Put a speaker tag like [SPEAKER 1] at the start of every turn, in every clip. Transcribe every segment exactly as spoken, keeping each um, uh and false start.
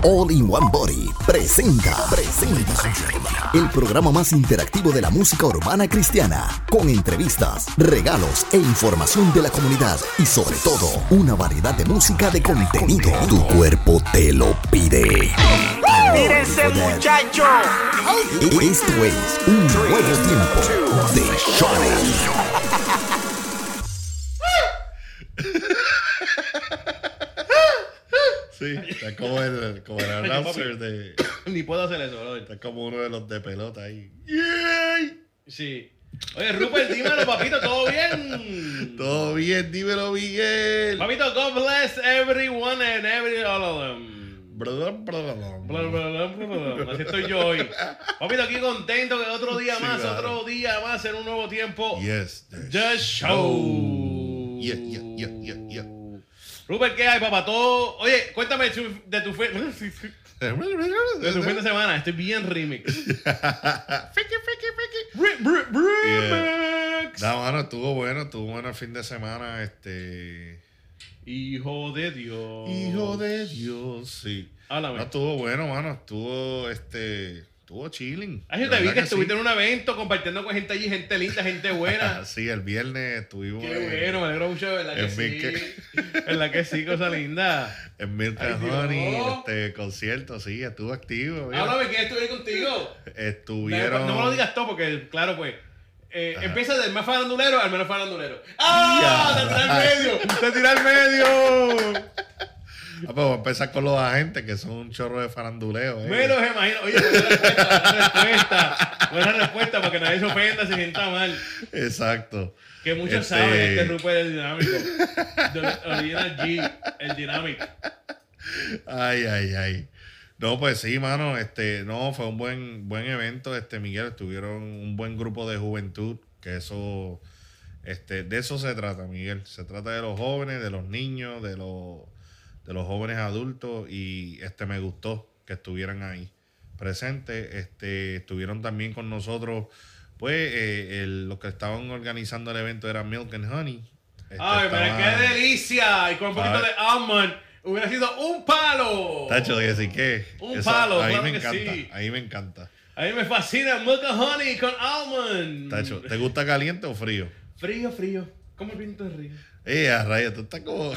[SPEAKER 1] All in One Body presenta, presenta el programa más interactivo de la música urbana cristiana, con entrevistas, regalos e información de la comunidad y sobre todo una variedad de música de contenido. Tu cuerpo te lo pide.
[SPEAKER 2] ¡Mírense, muchachos!
[SPEAKER 1] Esto es un nuevo tiempo de Shawnee.
[SPEAKER 3] Sí, está como el, como el announcer de...
[SPEAKER 4] Ni puedo hacer eso, brother.
[SPEAKER 3] Está como uno de los de pelota ahí.
[SPEAKER 4] Sí. Oye, Rupert, dímelo, papito, ¿todo bien?
[SPEAKER 3] Todo bien, dímelo, Miguel.
[SPEAKER 4] Papito, God bless everyone and every all of them.
[SPEAKER 3] Bla, bla, bla, bla.
[SPEAKER 4] Bla, bla, bla, bla, bla. Así estoy yo hoy. Papito, aquí contento que otro día
[SPEAKER 3] Sí,
[SPEAKER 4] más,
[SPEAKER 3] claro.
[SPEAKER 4] otro día más en un nuevo tiempo.
[SPEAKER 3] Yes.
[SPEAKER 4] The Show.
[SPEAKER 3] Yeah, yeah, yeah, yeah, yeah.
[SPEAKER 4] Rupert, ¿qué hay, papá? Todo... Oye, cuéntame tu- de tu, fe... de tu fin de semana. Estoy bien remix.
[SPEAKER 3] Friki, friki, friki.
[SPEAKER 4] Re- re- remix.
[SPEAKER 3] No, mano, estuvo bueno, estuvo bueno el fin de semana, este...
[SPEAKER 4] Hijo de Dios.
[SPEAKER 3] Hijo de Dios, sí.
[SPEAKER 4] Háblame.
[SPEAKER 3] No, estuvo bueno, mano, estuvo, este... Estuvo chilling.
[SPEAKER 4] Ay, yo
[SPEAKER 3] De
[SPEAKER 4] te vi
[SPEAKER 3] verdad
[SPEAKER 4] que estuviste
[SPEAKER 3] sí.
[SPEAKER 4] en un evento compartiendo con gente allí, gente linda, gente buena.
[SPEAKER 3] Sí, el viernes estuvimos
[SPEAKER 4] Qué
[SPEAKER 3] en-
[SPEAKER 4] bueno, me alegro mucho de verdad que
[SPEAKER 3] en
[SPEAKER 4] sí.
[SPEAKER 3] Milk-
[SPEAKER 4] verdad que sí, cosa linda.
[SPEAKER 3] en Milk and
[SPEAKER 4] Ay,
[SPEAKER 3] Honey,
[SPEAKER 4] Dios.
[SPEAKER 3] este concierto, sí, estuvo activo. mira.
[SPEAKER 4] Háblame, ¿quién estuvo ahí contigo?
[SPEAKER 3] Estuvieron...
[SPEAKER 4] No, no me lo digas todo porque, claro, pues. Eh,
[SPEAKER 3] Ajá.
[SPEAKER 4] empieza del más farandulero al menos farandulero. ¡Ah!
[SPEAKER 3] Ya.
[SPEAKER 4] ¡Te tiré al medio! ¡Te tiré al medio!
[SPEAKER 3] Ah, pues vamos a empezar con los agentes, que son un chorro de faranduleo. ¿eh?
[SPEAKER 4] Me los imagino. Oye, buena respuesta, buena respuesta. Buena respuesta para que nadie se ofenda, se sienta mal.
[SPEAKER 3] Exacto.
[SPEAKER 4] Que muchos
[SPEAKER 3] Este-
[SPEAKER 4] saben, este Rupert el dinámico. The original G, el dinámico.
[SPEAKER 3] Ay, ay, ay. No, pues sí, mano, este, no, fue un buen, buen evento, este, Miguel, estuvieron un buen grupo de juventud, que eso, este, de eso se trata, Miguel. Se trata de los jóvenes, de los niños, de los, de los jóvenes adultos, y este me gustó que estuvieran ahí presentes. Este, estuvieron también con nosotros, pues, eh, el- los que estaban organizando el evento era Milk and Honey. Este,
[SPEAKER 4] Ay, pero
[SPEAKER 3] estaban-
[SPEAKER 4] qué delicia. Y con un poquito
[SPEAKER 3] Ay.
[SPEAKER 4] de almond hubiera sido un palo.
[SPEAKER 3] Tacho, que sí que.
[SPEAKER 4] Un palo,
[SPEAKER 3] a mí
[SPEAKER 4] claro
[SPEAKER 3] me
[SPEAKER 4] que
[SPEAKER 3] encanta.
[SPEAKER 4] sí.
[SPEAKER 3] A mí me encanta.
[SPEAKER 4] A mí me fascina Milk and Honey con almond.
[SPEAKER 3] Tacho, ¿te gusta caliente o frío?
[SPEAKER 4] Frío, frío. ¿Cómo el viento de río?
[SPEAKER 3] Eh, a rayos, tú estás como.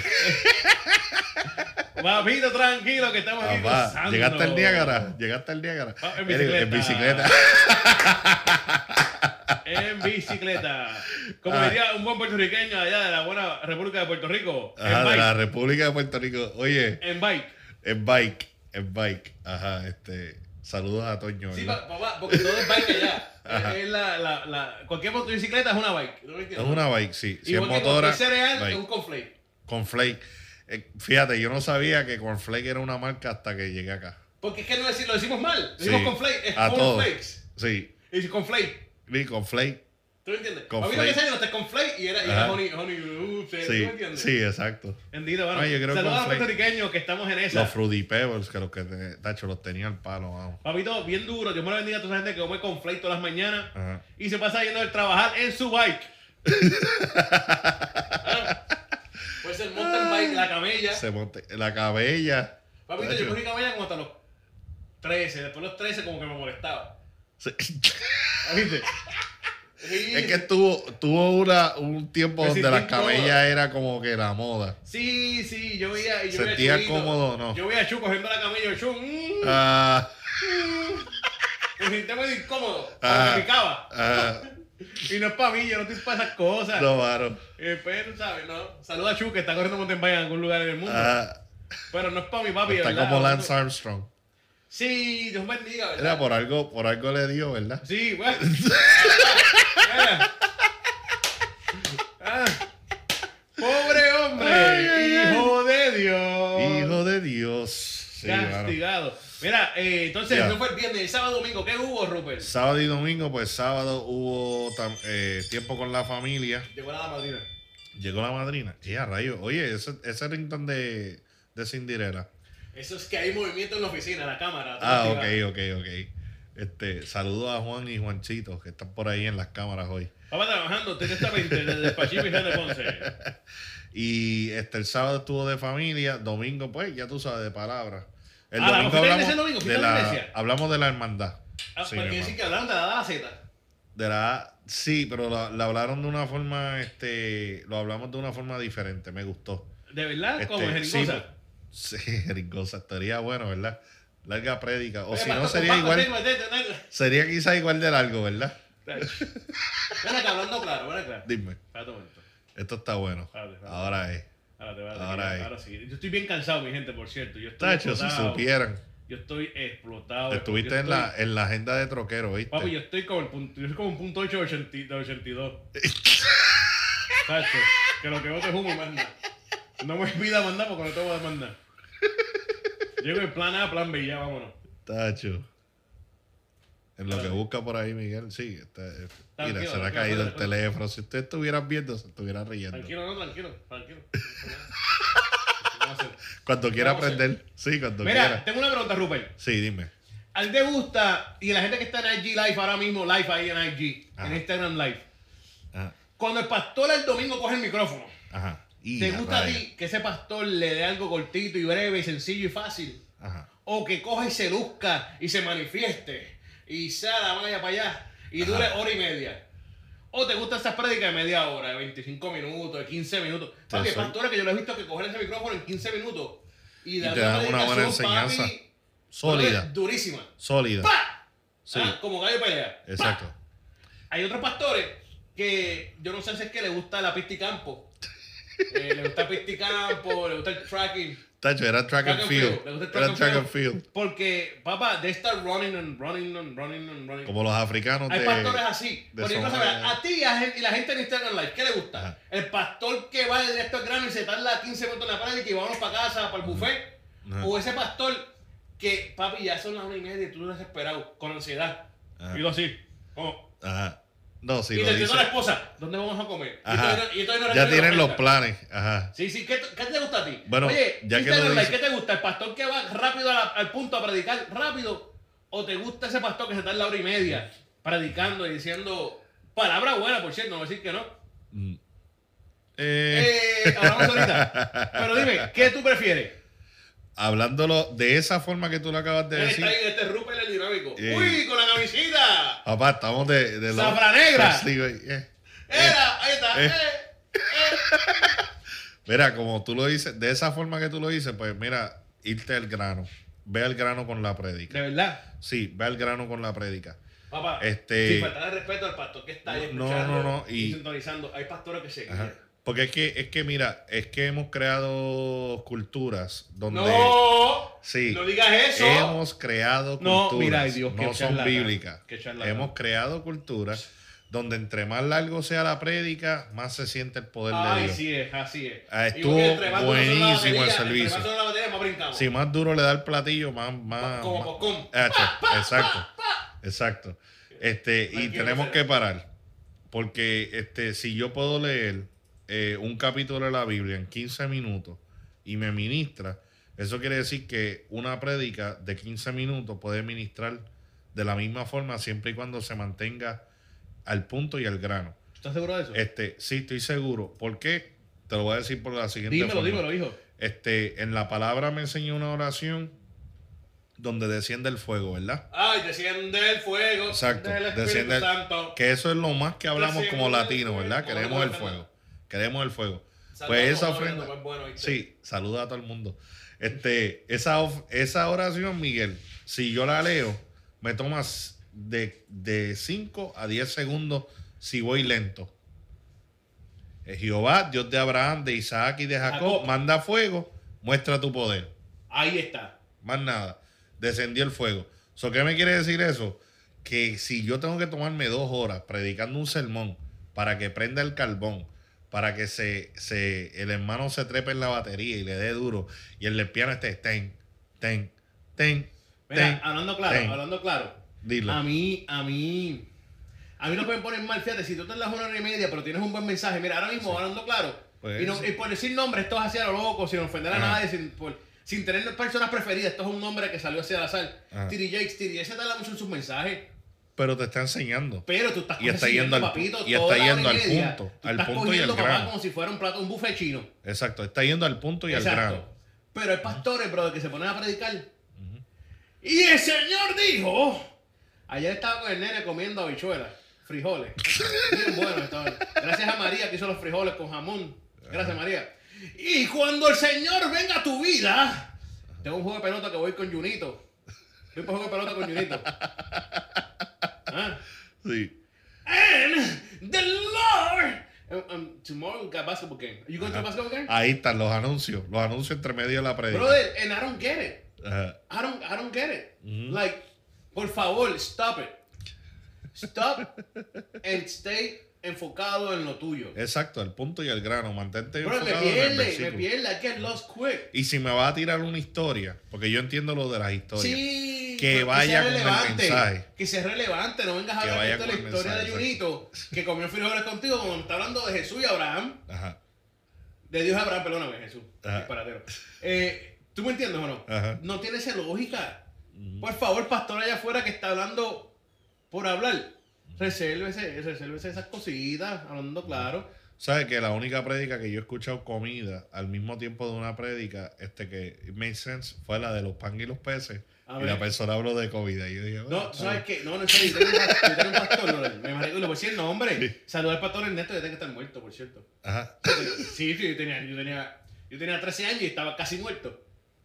[SPEAKER 4] Papito, tranquilo que estamos aquí
[SPEAKER 3] Papá,
[SPEAKER 4] gozando.
[SPEAKER 3] llegaste al Niágara. Llegaste al Niágara.
[SPEAKER 4] Ah, en
[SPEAKER 3] Eres- En
[SPEAKER 4] bicicleta.
[SPEAKER 3] bicicleta.
[SPEAKER 4] En bicicleta. Como
[SPEAKER 3] Ah.
[SPEAKER 4] diría un buen puertorriqueño allá de la buena República de Puerto Rico.
[SPEAKER 3] Ajá,
[SPEAKER 4] en
[SPEAKER 3] de
[SPEAKER 4] bike.
[SPEAKER 3] la República de Puerto Rico. Oye,
[SPEAKER 4] En bike.
[SPEAKER 3] en bike. En bike. Ajá, este. Saludos a Toño.
[SPEAKER 4] Sí,
[SPEAKER 3] ¿verdad?
[SPEAKER 4] pa- papá, porque todo es bike allá.
[SPEAKER 3] Ajá.
[SPEAKER 4] Es la, la, la, cualquier motocicleta es una bike. ¿No lo
[SPEAKER 3] Es
[SPEAKER 4] entiendes?
[SPEAKER 3] una bike, sí. Si es
[SPEAKER 4] Igual que
[SPEAKER 3] motora.
[SPEAKER 4] cualquier cereal
[SPEAKER 3] bike.
[SPEAKER 4] es un cornflake.
[SPEAKER 3] Cornflake. Eh, fíjate, yo no sabía que Cornflake era una marca hasta que llegué acá.
[SPEAKER 4] Porque es que no decir, lo decimos mal. Decimos
[SPEAKER 3] Sí,
[SPEAKER 4] cornflake, es
[SPEAKER 3] a todo.
[SPEAKER 4] cornflakes.
[SPEAKER 3] Sí,
[SPEAKER 4] Y si cornflake.
[SPEAKER 3] vi Cornflake.
[SPEAKER 4] ¿Tú me entiendes?
[SPEAKER 3] Cornflake.
[SPEAKER 4] A mí lo que sé, no está cornflake y era, y
[SPEAKER 3] Ajá.
[SPEAKER 4] era honey, honey, uh, ¿tú
[SPEAKER 3] Sí,
[SPEAKER 4] me entiendes?
[SPEAKER 3] sí, exacto.
[SPEAKER 4] Entendido, bueno.
[SPEAKER 3] Ah, yo creo
[SPEAKER 4] Saludos a los
[SPEAKER 3] cornflake.
[SPEAKER 4] puertorriqueños que estamos en esa.
[SPEAKER 3] Los Fruity Pebbles, que los que te, tacho, los tenía al palo, vamos.
[SPEAKER 4] Papito, bien duro. Dios me lo bendiga a toda esa gente que come cornflake todas las mañanas
[SPEAKER 3] Ajá.
[SPEAKER 4] y se pasa yendo a trabajar en su bike. Ah, Puede ser mountain bike, la camella.
[SPEAKER 3] Se monte, la cabella.
[SPEAKER 4] Papito,
[SPEAKER 3] tacho.
[SPEAKER 4] yo cogí camella como hasta los trece. Después de los trece como que me molestaba.
[SPEAKER 3] Sí.
[SPEAKER 4] ¿Viste? Sí.
[SPEAKER 3] Es que tuvo, tuvo una, un tiempo
[SPEAKER 4] Me
[SPEAKER 3] donde
[SPEAKER 4] sentí
[SPEAKER 3] las camellas
[SPEAKER 4] incómodo.
[SPEAKER 3] era como que la moda.
[SPEAKER 4] Sí, sí, yo veía. y Yo
[SPEAKER 3] Sentía
[SPEAKER 4] veía a Chuito.
[SPEAKER 3] cómodo, ¿no?
[SPEAKER 4] Yo veía a Chu cogiendo la camella y yo, mm,
[SPEAKER 3] Ah,
[SPEAKER 4] me sentía medio incómodo.
[SPEAKER 3] Ah.
[SPEAKER 4] Porque me picaba.
[SPEAKER 3] ah,
[SPEAKER 4] Y no es para mí, yo no estoy para esas cosas.
[SPEAKER 3] no, mano.
[SPEAKER 4] Eh, pero, ¿sabes? No. Saluda a Chu que está corriendo mountain bike en algún lugar en el mundo.
[SPEAKER 3] Ah,
[SPEAKER 4] Pero no es para mi papi,
[SPEAKER 3] está
[SPEAKER 4] ¿verdad?
[SPEAKER 3] como Lance Armstrong.
[SPEAKER 4] Sí, Dios bendiga, ¿verdad?
[SPEAKER 3] Era por algo, por algo le dio, ¿verdad?
[SPEAKER 4] Sí, bueno. Mira. Ah. Pobre hombre,
[SPEAKER 3] Ay, ay, ay.
[SPEAKER 4] hijo de Dios.
[SPEAKER 3] Hijo de Dios. Sí, mano.
[SPEAKER 4] Castigado. Mira, eh, entonces,
[SPEAKER 3] Ya.
[SPEAKER 4] no fue el viernes, el sábado, domingo, ¿qué hubo, Rupert?
[SPEAKER 3] Sábado y domingo, pues sábado hubo tam- eh, tiempo con la familia.
[SPEAKER 4] Llegó la madrina.
[SPEAKER 3] Llegó la madrina. Y a rayos. Oye, ese, ese ringtone de, de Cinderella.
[SPEAKER 4] Eso es que hay movimiento en la oficina, la cámara.
[SPEAKER 3] Ah,
[SPEAKER 4] todo
[SPEAKER 3] ok,
[SPEAKER 4] activado.
[SPEAKER 3] ok, ok. Este, saludos a Juan y Juanchito, que están por ahí en las cámaras hoy.
[SPEAKER 4] Papá trabajando directamente desde el Pachipi de Ponce.
[SPEAKER 3] Y este, el sábado estuvo de familia, domingo, pues, ya tú sabes, de palabras. El
[SPEAKER 4] Ah,
[SPEAKER 3] domingo
[SPEAKER 4] ¿fuiste a la
[SPEAKER 3] hablamos
[SPEAKER 4] iglesia el domingo?
[SPEAKER 3] de
[SPEAKER 4] ¿Fuiste a la
[SPEAKER 3] la,
[SPEAKER 4] iglesia?
[SPEAKER 3] hablamos de la hermandad.
[SPEAKER 4] Ah,
[SPEAKER 3] Sí,
[SPEAKER 4] porque
[SPEAKER 3] mi
[SPEAKER 4] decir
[SPEAKER 3] hermano.
[SPEAKER 4] que hablaron de la A a Z.
[SPEAKER 3] De la sí, pero la, la hablaron de una forma, este, lo hablamos de una forma diferente, me gustó.
[SPEAKER 4] ¿De verdad?
[SPEAKER 3] Este,
[SPEAKER 4] ¿Cómo? ¿Jeringosa?
[SPEAKER 3] Sí, sí, jeringosa, estaría bueno, ¿verdad? Larga prédica. O
[SPEAKER 4] Oye,
[SPEAKER 3] si no,
[SPEAKER 4] pastor,
[SPEAKER 3] sería
[SPEAKER 4] compa,
[SPEAKER 3] igual,
[SPEAKER 4] vete, vete, vete.
[SPEAKER 3] sería quizá igual de largo, ¿verdad?
[SPEAKER 4] Ven acá, hablando claro, ven acá.
[SPEAKER 3] Dime,
[SPEAKER 4] Espérate un momento.
[SPEAKER 3] esto está bueno.
[SPEAKER 4] Espérate, espérate.
[SPEAKER 3] Ahora es.
[SPEAKER 4] Espérate, espérate,
[SPEAKER 3] Ahora
[SPEAKER 4] que ya-
[SPEAKER 3] es.
[SPEAKER 4] ahora sí. Yo estoy bien cansado, mi gente, por cierto. Yo estoy
[SPEAKER 3] Tacho, si
[SPEAKER 4] explotado.
[SPEAKER 3] supieran.
[SPEAKER 4] Yo estoy explotado.
[SPEAKER 3] Estuviste
[SPEAKER 4] Yo
[SPEAKER 3] en la,
[SPEAKER 4] estoy-
[SPEAKER 3] en la agenda de troquero, ¿viste?
[SPEAKER 4] Papi, yo estoy como el punto, yo soy como un punto ocho de ochenta de ochenta y dos. Tacho, que lo que no te humo más nada. No me pida más nada porque no te voy a dar más nada. Llego en plan A, plan B, ya vámonos.
[SPEAKER 3] Tacho. En lo que
[SPEAKER 4] Espérate.
[SPEAKER 3] busca por ahí, Miguel, sí. Está, está- mira,
[SPEAKER 4] Tranquilo,
[SPEAKER 3] se le ha
[SPEAKER 4] tranquilo,
[SPEAKER 3] caído el
[SPEAKER 4] tranquilo.
[SPEAKER 3] teléfono. Si usted estuviera viendo, se estuviera riendo.
[SPEAKER 4] Tranquilo, no, tranquilo, tranquilo.
[SPEAKER 3] Cuando quiera
[SPEAKER 4] Vamos a hacer.
[SPEAKER 3] aprender. Sí, cuando
[SPEAKER 4] Mira,
[SPEAKER 3] quiera.
[SPEAKER 4] tengo una pregunta, Rupert.
[SPEAKER 3] Sí, dime.
[SPEAKER 4] ¿A ti te gusta, y la gente que está en I G Live ahora mismo, live ahí en I G,
[SPEAKER 3] Ajá.
[SPEAKER 4] en Instagram Live,
[SPEAKER 3] Ajá.
[SPEAKER 4] cuando el pastor el domingo coge el micrófono,
[SPEAKER 3] Ajá. Y
[SPEAKER 4] ¿te
[SPEAKER 3] a
[SPEAKER 4] gusta a
[SPEAKER 3] rayos.
[SPEAKER 4] ti que ese pastor le dé algo cortito y breve y sencillo y fácil?
[SPEAKER 3] Ajá.
[SPEAKER 4] O que coja y se luzca y se manifieste y sea la vaya para allá y
[SPEAKER 3] Ajá.
[SPEAKER 4] dure hora y media. ¿O te gustan esas prédicas de media hora, de veinticinco minutos, de quince minutos? Papi, hay
[SPEAKER 3] soy-
[SPEAKER 4] pastores que yo lo he visto que cogen ese micrófono en quince minutos y, dan
[SPEAKER 3] te dan una buena
[SPEAKER 4] predicación, papi,
[SPEAKER 3] enseñanza. Sólida.
[SPEAKER 4] brother, durísima.
[SPEAKER 3] Sólida.
[SPEAKER 4] ¡Pa!
[SPEAKER 3] Sí.
[SPEAKER 4] Ah, como gallo pelea. ¡Pa!
[SPEAKER 3] Exacto.
[SPEAKER 4] Hay otros pastores que yo no sé si es que le gusta la pista y campo. Eh, le gusta pista y campo, le gusta el tracking.
[SPEAKER 3] Tacho, era track and field.
[SPEAKER 4] Le gusta el
[SPEAKER 3] Era track and field.
[SPEAKER 4] Porque, papá, they start running and running and running and running.
[SPEAKER 3] Como los africanos
[SPEAKER 4] Hay
[SPEAKER 3] de...
[SPEAKER 4] pastores así.
[SPEAKER 3] de
[SPEAKER 4] Por ejemplo,
[SPEAKER 3] Somalia.
[SPEAKER 4] ¿sabes? A ti y, a gen- y la gente en Instagram Live, ¿qué le gusta?
[SPEAKER 3] Ajá.
[SPEAKER 4] El pastor que va directo al grano y se tarda quince minutos en la prédica y vámonos para casa, para el buffet.
[SPEAKER 3] Ajá.
[SPEAKER 4] O ese pastor que, papi, ya son las una y media y tú desesperado, con ansiedad.
[SPEAKER 3] Ajá.
[SPEAKER 4] Y lo así. Como,
[SPEAKER 3] Ajá. No, si
[SPEAKER 4] y
[SPEAKER 3] lo
[SPEAKER 4] le dice
[SPEAKER 3] dice...
[SPEAKER 4] a la esposa, ¿dónde vamos a comer? Y
[SPEAKER 3] Ajá.
[SPEAKER 4] todavía no- y todavía no
[SPEAKER 3] Ya
[SPEAKER 4] recibe la
[SPEAKER 3] tienen los
[SPEAKER 4] ofrenda.
[SPEAKER 3] planes. Ajá.
[SPEAKER 4] Sí, sí, ¿qué, te- qué te gusta a ti?
[SPEAKER 3] Bueno,
[SPEAKER 4] Oye,
[SPEAKER 3] ya que
[SPEAKER 4] Instagram
[SPEAKER 3] lo
[SPEAKER 4] Live,
[SPEAKER 3] dice-
[SPEAKER 4] ¿qué te gusta? ¿El pastor que va rápido a la- al punto a predicar rápido? ¿O te gusta ese pastor que se tarda hora y media predicando y diciendo palabras buenas, por cierto, no voy a decir que no?
[SPEAKER 3] Eh,
[SPEAKER 4] Eh, hablamos ahorita. Pero dime, ¿qué tú prefieres?
[SPEAKER 3] hablándolo de esa forma que tú lo acabas de
[SPEAKER 4] Él
[SPEAKER 3] decir.
[SPEAKER 4] está ahí en este Rupert el dinámico.
[SPEAKER 3] Eh.
[SPEAKER 4] ¡Uy, con la camisita!
[SPEAKER 3] Papá, estamos de... de los-
[SPEAKER 4] Zafra negra.
[SPEAKER 3] Sí, güey, eh.
[SPEAKER 4] ¡Era! Ahí está.
[SPEAKER 3] Eh.
[SPEAKER 4] Eh.
[SPEAKER 3] Mira, como tú lo dices, de esa forma que tú lo dices, pues mira, irte al grano. Ve al grano con la prédica.
[SPEAKER 4] De verdad.
[SPEAKER 3] Sí, ve al grano con la prédica.
[SPEAKER 4] Papá,
[SPEAKER 3] Este-
[SPEAKER 4] sin faltar el respeto al pastor que está ahí
[SPEAKER 3] No,
[SPEAKER 4] escuchando
[SPEAKER 3] no, no,
[SPEAKER 4] y,
[SPEAKER 3] y-
[SPEAKER 4] sintonizando. Hay pastores que se
[SPEAKER 3] Ajá.
[SPEAKER 4] guían.
[SPEAKER 3] Porque es que, es que, mira, es que hemos creado culturas donde...
[SPEAKER 4] ¡No!
[SPEAKER 3] Sí.
[SPEAKER 4] ¡No digas eso!
[SPEAKER 3] Hemos creado
[SPEAKER 4] No,
[SPEAKER 3] culturas,
[SPEAKER 4] mira, ay, Dios, qué
[SPEAKER 3] no son
[SPEAKER 4] charlatán,
[SPEAKER 3] bíblicas.
[SPEAKER 4] qué charlatán.
[SPEAKER 3] Hemos creado culturas donde entre más largo sea la prédica, más se siente el poder de
[SPEAKER 4] Ay,
[SPEAKER 3] Dios.
[SPEAKER 4] sí es, así es.
[SPEAKER 3] Ah,
[SPEAKER 4] Y porque
[SPEAKER 3] estuvo
[SPEAKER 4] entre más duro suena la
[SPEAKER 3] buenísimo el
[SPEAKER 4] batería,
[SPEAKER 3] servicio.
[SPEAKER 4] Entre más suena la batería, más brincamos.
[SPEAKER 3] Si más duro le da el platillo, más... más
[SPEAKER 4] Como
[SPEAKER 3] más-
[SPEAKER 4] popcorn.
[SPEAKER 3] Hacho, exacto, exacto. Este, y
[SPEAKER 4] Tranquilo,
[SPEAKER 3] tenemos
[SPEAKER 4] César.
[SPEAKER 3] que parar. Porque este, si yo puedo leer eh, un capítulo de la Biblia en quince minutos y me ministra, eso quiere decir que una prédica de quince minutos puede ministrar de la misma forma siempre y cuando se mantenga al punto y al grano.
[SPEAKER 4] ¿Estás seguro de eso?
[SPEAKER 3] Este, sí, estoy seguro. ¿Por qué? Te lo voy a decir por la siguiente
[SPEAKER 4] dímelo,
[SPEAKER 3] forma.
[SPEAKER 4] dímelo, hijo.
[SPEAKER 3] Este, en la palabra me enseñó una oración donde desciende el fuego, ¿verdad?
[SPEAKER 4] Ay, desciende el fuego.
[SPEAKER 3] Exacto.
[SPEAKER 4] Del Espíritu
[SPEAKER 3] Desciende el-
[SPEAKER 4] Santo.
[SPEAKER 3] que eso es lo más que hablamos
[SPEAKER 4] Desciende
[SPEAKER 3] como
[SPEAKER 4] el
[SPEAKER 3] latinos,
[SPEAKER 4] fuego.
[SPEAKER 3] ¿verdad?
[SPEAKER 4] Vamos a
[SPEAKER 3] Queremos el
[SPEAKER 4] ver,
[SPEAKER 3] fuego. Queremos el fuego.
[SPEAKER 4] Saludamos
[SPEAKER 3] Pues esa
[SPEAKER 4] a
[SPEAKER 3] ofrenda.
[SPEAKER 4] Orlando, muy bueno, ¿viste?
[SPEAKER 3] Sí, saluda a todo el mundo. Este, esa, of- esa oración, Miguel, si yo la leo, me tomas de, de cinco a diez segundos si voy lento. Eh, Jehová, Dios de Abraham, de Isaac y de Jacob,
[SPEAKER 4] Jacob.
[SPEAKER 3] manda fuego, muestra tu poder.
[SPEAKER 4] Ahí está.
[SPEAKER 3] Más nada. Descendió el fuego. So, ¿qué me quiere decir eso? Que si yo tengo que tomarme dos horas predicando un sermón para que prenda el carbón, para que se, se el hermano se trepe en la batería y le dé duro, y el del piano esté ten, ten, ten,
[SPEAKER 4] Mira,
[SPEAKER 3] ten,
[SPEAKER 4] hablando claro,
[SPEAKER 3] ten.
[SPEAKER 4] hablando claro.
[SPEAKER 3] Dilo.
[SPEAKER 4] A mí, a mí, a mí no pueden poner mal, fíjate, si tú te das una hora y media, pero tienes un buen mensaje, mira, ahora mismo, hablando claro,
[SPEAKER 3] Pues
[SPEAKER 4] y, no-
[SPEAKER 3] sí.
[SPEAKER 4] y por decir nombres, esto es así a lo loco, sin ofender a
[SPEAKER 3] Ajá.
[SPEAKER 4] nadie, sin, por- sin tener personas preferidas, esto es un nombre que salió así al azar.
[SPEAKER 3] Ajá.
[SPEAKER 4] T D Jakes, T D Jakes se tarda mucho en sus mensajes,
[SPEAKER 3] Pero te está enseñando.
[SPEAKER 4] pero tú estás
[SPEAKER 3] Y está
[SPEAKER 4] consiguiendo,
[SPEAKER 3] yendo al-
[SPEAKER 4] papito,
[SPEAKER 3] y está
[SPEAKER 4] toda la hora
[SPEAKER 3] yendo
[SPEAKER 4] y
[SPEAKER 3] al
[SPEAKER 4] media.
[SPEAKER 3] punto,
[SPEAKER 4] Tú
[SPEAKER 3] al
[SPEAKER 4] estás
[SPEAKER 3] punto y
[SPEAKER 4] cogiendo,
[SPEAKER 3] al
[SPEAKER 4] papá,
[SPEAKER 3] grano.
[SPEAKER 4] como si fuera un plato, un buffet chino.
[SPEAKER 3] Exacto. Está yendo al punto y
[SPEAKER 4] Exacto.
[SPEAKER 3] al grano.
[SPEAKER 4] Pero hay pastores, brother, que se ponen a predicar Y el Señor dijo, ayer estaba con el nene comiendo habichuelas, frijoles. Bien bueno estaban. Gracias a María que hizo los frijoles con jamón. Gracias, María. Y cuando el Señor venga a tu vida, tengo un juego de pelota que voy con Junito. Voy por juego de pelota con Junito. ¿Ah?
[SPEAKER 3] Sí.
[SPEAKER 4] And the Lord. Um, um, tomorrow we got basketball game. Are you going to a basketball game?
[SPEAKER 3] Ahí están los anuncios. Los anuncios entre medio de la predica.
[SPEAKER 4] Brother, and I don't get it.
[SPEAKER 3] Ajá.
[SPEAKER 4] I don't, I don't get it.
[SPEAKER 3] Mhm.
[SPEAKER 4] Like, por favor, stop it. Stop and stay enfocado en lo tuyo.
[SPEAKER 3] Exacto, el punto y el grano. Mantente
[SPEAKER 4] Bro, me
[SPEAKER 3] enfocado en el
[SPEAKER 4] pierde, me
[SPEAKER 3] versículo.
[SPEAKER 4] pierde. I get lost quick.
[SPEAKER 3] Y si me va a tirar una historia, porque yo entiendo lo de las historias.
[SPEAKER 4] Sí,
[SPEAKER 3] Que
[SPEAKER 4] pero
[SPEAKER 3] vaya
[SPEAKER 4] sea
[SPEAKER 3] con el
[SPEAKER 4] relevante,
[SPEAKER 3] mensaje.
[SPEAKER 4] Que sea relevante, no vengas a
[SPEAKER 3] Que
[SPEAKER 4] hablar
[SPEAKER 3] vaya
[SPEAKER 4] de la
[SPEAKER 3] con el
[SPEAKER 4] historia
[SPEAKER 3] mensaje,
[SPEAKER 4] de Junito, que comió frijoles contigo, cuando está hablando de Jesús y Abraham.
[SPEAKER 3] Ajá.
[SPEAKER 4] De Dios a Abraham, perdóname, Jesús.
[SPEAKER 3] Ajá.
[SPEAKER 4] Disparatero. Eh, ¿Tú me entiendes o no?
[SPEAKER 3] Ajá.
[SPEAKER 4] No tiene esa lógica. Por favor, pastor allá afuera que está hablando por hablar, resérvese, resérvese esas cositas, hablando claro.
[SPEAKER 3] ¿Sabes que la única prédica que yo he escuchado comida al mismo tiempo de una prédica este que made sense fue la de los pan y los peces?
[SPEAKER 4] A
[SPEAKER 3] Y
[SPEAKER 4] ver.
[SPEAKER 3] la persona habló de comida. Y yo dije,
[SPEAKER 4] No,
[SPEAKER 3] bueno,
[SPEAKER 4] ¿tú sabes qué? No, no sé, yo tengo un pastor, yo tengo un pastor, no, me imagino, y le voy a decir el nombre. Saludos al pastor Ernesto, ya tengo que estar muerto, por cierto.
[SPEAKER 3] Ajá.
[SPEAKER 4] Sí, sí, yo tenía, yo tenía, yo tenía trece años y estaba casi muerto.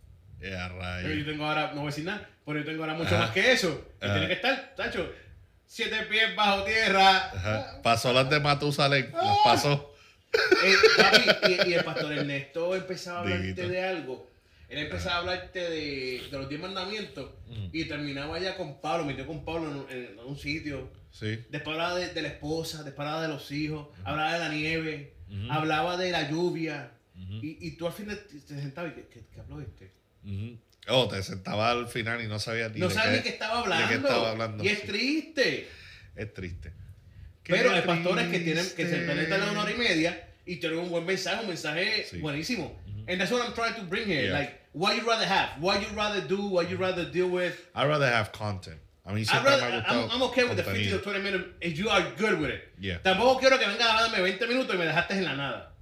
[SPEAKER 3] Ya,
[SPEAKER 4] Pero
[SPEAKER 3] rayos.
[SPEAKER 4] yo tengo ahora, no voy a decir nada, pero yo tengo ahora mucho
[SPEAKER 3] Ajá.
[SPEAKER 4] más que eso. Y
[SPEAKER 3] Ajá.
[SPEAKER 4] tiene que estar, tacho, siete pies bajo tierra.
[SPEAKER 3] Ajá. Pasó las de Matusalén, las pasó.
[SPEAKER 4] Eh, papi, y, y el pastor Ernesto empezaba a hablarte
[SPEAKER 3] Diguito.
[SPEAKER 4] de algo. Él empezaba a hablarte de, de los diez mandamientos
[SPEAKER 3] Ujú.
[SPEAKER 4] y terminaba ya con Pablo, metió con Pablo en, un- en un sitio.
[SPEAKER 3] Sí.
[SPEAKER 4] Después hablaba de, de la esposa, después hablaba de los hijos, hablaba de la nieve,
[SPEAKER 3] Ujú.
[SPEAKER 4] hablaba de la lluvia.
[SPEAKER 3] Ujú.
[SPEAKER 4] y, y tú al final te, te sentabas y ¿qué, qué, qué habló este?
[SPEAKER 3] Ujú. Oh, te sentaba al final y no sabía ni
[SPEAKER 4] No
[SPEAKER 3] de
[SPEAKER 4] sabes
[SPEAKER 3] qué-
[SPEAKER 4] ni qué estaba
[SPEAKER 3] de
[SPEAKER 4] hablando.
[SPEAKER 3] qué estaba hablando.
[SPEAKER 4] Y es
[SPEAKER 3] Sí.
[SPEAKER 4] triste.
[SPEAKER 3] Es triste.
[SPEAKER 4] Pero
[SPEAKER 3] Qué
[SPEAKER 4] hay pastores que tienen que se
[SPEAKER 3] triste.
[SPEAKER 4] penetran una hora y media y tienen un buen mensaje, un mensaje
[SPEAKER 3] Sí.
[SPEAKER 4] buenísimo. And that's what I'm trying to bring here.
[SPEAKER 3] Yeah.
[SPEAKER 4] Like, what you rather have, what you rather do, what you rather deal with.
[SPEAKER 3] I'd rather have content. A mí
[SPEAKER 4] I'd
[SPEAKER 3] siempre
[SPEAKER 4] rather,
[SPEAKER 3] me ha gustado
[SPEAKER 4] I'm, I'm okay with the
[SPEAKER 3] contenido.
[SPEAKER 4] fifteen to twenty minutes if you are good with it.
[SPEAKER 3] Yeah.
[SPEAKER 4] Tampoco quiero que vengas a darme veinte minutos y me dejaste en la nada.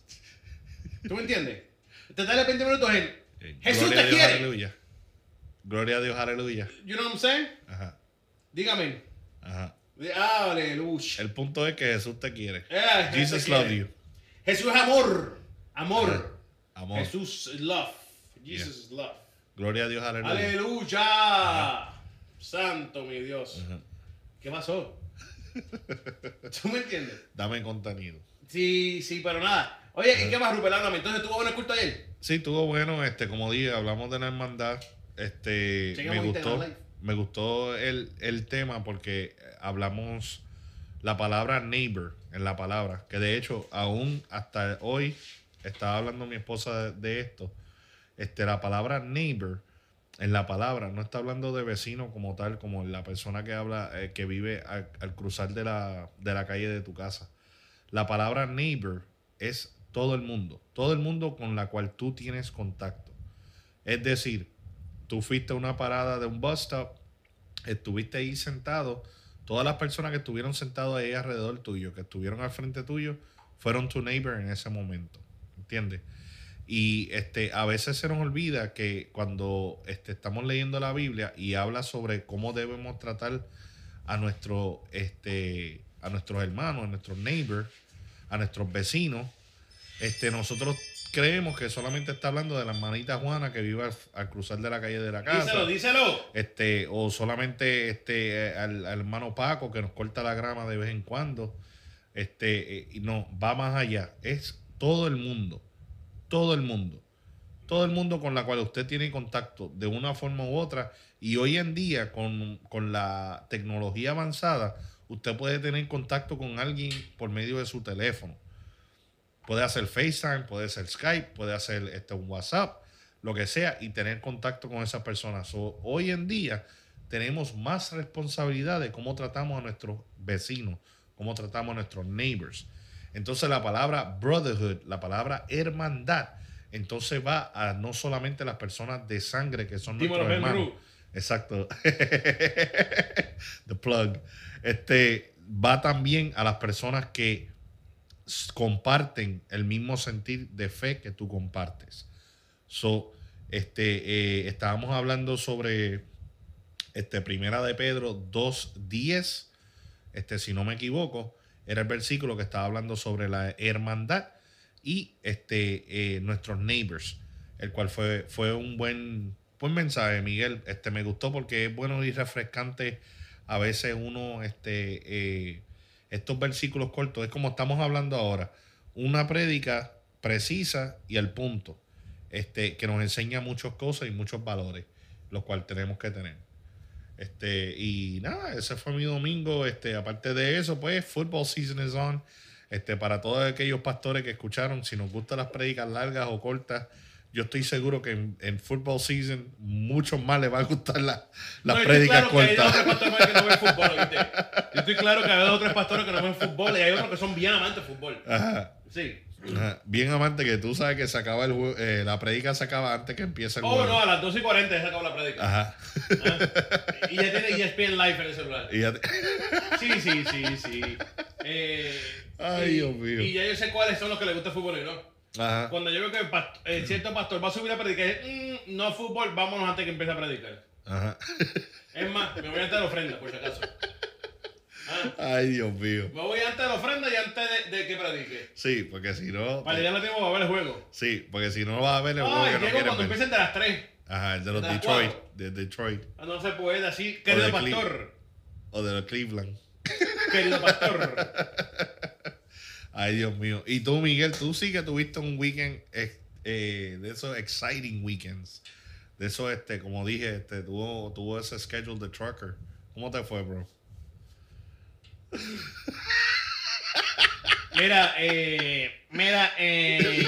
[SPEAKER 4] ¿Tú me entiendes? Te dale veinte minutos en
[SPEAKER 3] Eh,
[SPEAKER 4] Jesús
[SPEAKER 3] Gloria a
[SPEAKER 4] te
[SPEAKER 3] Dios,
[SPEAKER 4] quiere.
[SPEAKER 3] aleluya. Gloria a Dios, aleluya.
[SPEAKER 4] You know what I'm saying?
[SPEAKER 3] Ajá,
[SPEAKER 4] Dígame.
[SPEAKER 3] ajá.
[SPEAKER 4] Aleluya.
[SPEAKER 3] El punto es que Jesús te quiere.
[SPEAKER 4] Eh, Jesús
[SPEAKER 3] Jesus
[SPEAKER 4] te
[SPEAKER 3] loves
[SPEAKER 4] quiere.
[SPEAKER 3] you.
[SPEAKER 4] Jesús es amor. Amor.
[SPEAKER 3] Amor.
[SPEAKER 4] Jesús es love. Jesus
[SPEAKER 3] Yeah.
[SPEAKER 4] is love.
[SPEAKER 3] Gloria a Dios, aleluya.
[SPEAKER 4] Aleluya. Santo mi Dios.
[SPEAKER 3] Ajá.
[SPEAKER 4] ¿Qué pasó? ¿Tú me entiendes?
[SPEAKER 3] Dame contenido.
[SPEAKER 4] Sí, sí, pero nada. Oye, ¿y qué más, Rupert? Háblame. Entonces, ¿tuvo bueno el culto ayer?
[SPEAKER 3] Sí, estuvo bueno, este, como dije, hablamos de la hermandad. Este,
[SPEAKER 4] Chequemos
[SPEAKER 3] me
[SPEAKER 4] Instagram
[SPEAKER 3] gustó,
[SPEAKER 4] Live.
[SPEAKER 3] me gustó el, el tema porque hablamos la palabra neighbor en la palabra, que de hecho aún hasta hoy estaba hablando mi esposa de, de esto. Este, la palabra neighbor en la palabra no está hablando de vecino como tal, como la persona que habla, eh, que vive al, al cruzar de la, de la calle de tu casa. La palabra neighbor es todo el mundo, todo el mundo con la cual tú tienes contacto. Es decir, tú fuiste a una parada de un bus stop, estuviste ahí sentado, todas las personas que estuvieron sentadas ahí alrededor tuyo, que estuvieron al frente tuyo, fueron tu neighbor en ese momento, ¿entiendes? Y este, a veces se nos olvida que cuando este, estamos leyendo la Biblia y habla sobre cómo debemos tratar a, nuestro, este, a nuestros hermanos, a nuestros neighbors, a nuestros vecinos, este, nosotros creemos que solamente está hablando de la hermanita Juana que vive al, al cruzar de la calle de la casa.
[SPEAKER 4] Díselo, díselo.
[SPEAKER 3] Este, o solamente este, eh, al, al hermano Paco que nos corta la grama de vez en cuando. Este, eh, y no, va más allá. Es todo el mundo. Todo el mundo. Todo el mundo con la cual usted tiene contacto de una forma u otra. Y hoy en día, con, con la tecnología avanzada, usted puede tener contacto con alguien por medio de su teléfono. Puede hacer FaceTime, puede hacer Skype, puede hacer este, un WhatsApp, lo que sea, y tener contacto con esas personas. So, hoy en día tenemos más responsabilidad de cómo tratamos a nuestros vecinos, cómo tratamos a nuestros neighbors. Entonces la palabra brotherhood, la palabra hermandad, entonces va a no solamente las personas de sangre que son
[SPEAKER 4] Dímelo,
[SPEAKER 3] nuestros
[SPEAKER 4] Ben
[SPEAKER 3] hermanos.
[SPEAKER 4] Ru.
[SPEAKER 3] Exacto. The plug. Este, va también a las personas que s- comparten el mismo sentir de fe que tú compartes. So, este, eh, estábamos hablando sobre Este, Primera de Pedro dos diez, este, si no me equivoco, era el versículo que estaba hablando sobre la hermandad y este, eh, nuestros neighbors, el cual fue, fue un buen, buen mensaje, Miguel. Este, me gustó porque es bueno y refrescante a veces uno, este, eh, estos versículos cortos, es como estamos hablando ahora, una prédica precisa y al punto, este, que nos enseña muchas cosas y muchos valores, los cuales tenemos que tener. Este, y nada, ese fue mi domingo. Este, aparte de eso, pues, football season is on. Este, para todos aquellos pastores que escucharon, si nos gustan las prédicas largas o cortas, yo estoy seguro que en, en football season mucho más les va a gustar la, las
[SPEAKER 4] no,
[SPEAKER 3] prédicas
[SPEAKER 4] claro
[SPEAKER 3] cortas.
[SPEAKER 4] Que hay otros pastores que no ven fútbol, ¿viste? Yo estoy claro que hay dos o tres pastores que no ven fútbol y hay otros que son bien amantes de fútbol.
[SPEAKER 3] Ajá.
[SPEAKER 4] Sí.
[SPEAKER 3] Ajá. Bien amante, que tú sabes que se acaba el jue- eh, la prédica se acaba antes que empiece el
[SPEAKER 4] Oh,
[SPEAKER 3] juego.
[SPEAKER 4] no, a las doce y cuarenta ya se acabó la prédica.
[SPEAKER 3] Ajá.
[SPEAKER 4] ¿Ah? Y ya tiene E S P N Live en el celular.
[SPEAKER 3] Y ya te-
[SPEAKER 4] Sí, sí, sí, sí. Eh,
[SPEAKER 3] Ay,
[SPEAKER 4] y,
[SPEAKER 3] Dios mío.
[SPEAKER 4] Y ya yo sé cuáles son los que les gusta el fútbol y no.
[SPEAKER 3] Ajá.
[SPEAKER 4] Cuando yo veo que el past- eh, cierto pastor va a subir a predicar, mm, no fútbol, vámonos antes que empiece a predicar.
[SPEAKER 3] Ajá.
[SPEAKER 4] Es más, me voy antes de la ofrenda, por si acaso. Ah,
[SPEAKER 3] Ay, Dios mío.
[SPEAKER 4] me voy antes de la ofrenda y antes de, de que predique.
[SPEAKER 3] Sí, porque si no.
[SPEAKER 4] Para ya no tengo que ver el juego.
[SPEAKER 3] Sí, porque si no vas a ver el juego
[SPEAKER 4] Ay,
[SPEAKER 3] que no
[SPEAKER 4] llego
[SPEAKER 3] quieres
[SPEAKER 4] cuando
[SPEAKER 3] ver.
[SPEAKER 4] empiecen de las tres.
[SPEAKER 3] Ajá, el de los
[SPEAKER 4] de las
[SPEAKER 3] Detroit.
[SPEAKER 4] cuatro.
[SPEAKER 3] De Detroit.
[SPEAKER 4] Ah, no se puede así, querido
[SPEAKER 3] de
[SPEAKER 4] pastor.
[SPEAKER 3] O de los Cleveland.
[SPEAKER 4] Querido pastor.
[SPEAKER 3] Ay, Dios mío. Y tú, Miguel, tú sí que tuviste un weekend eh, eh, de esos exciting weekends. De eso, este, como dije, este, tuvo, tuvo ese schedule de trucker. ¿Cómo te fue, bro?
[SPEAKER 4] Mira, eh, mira, eh,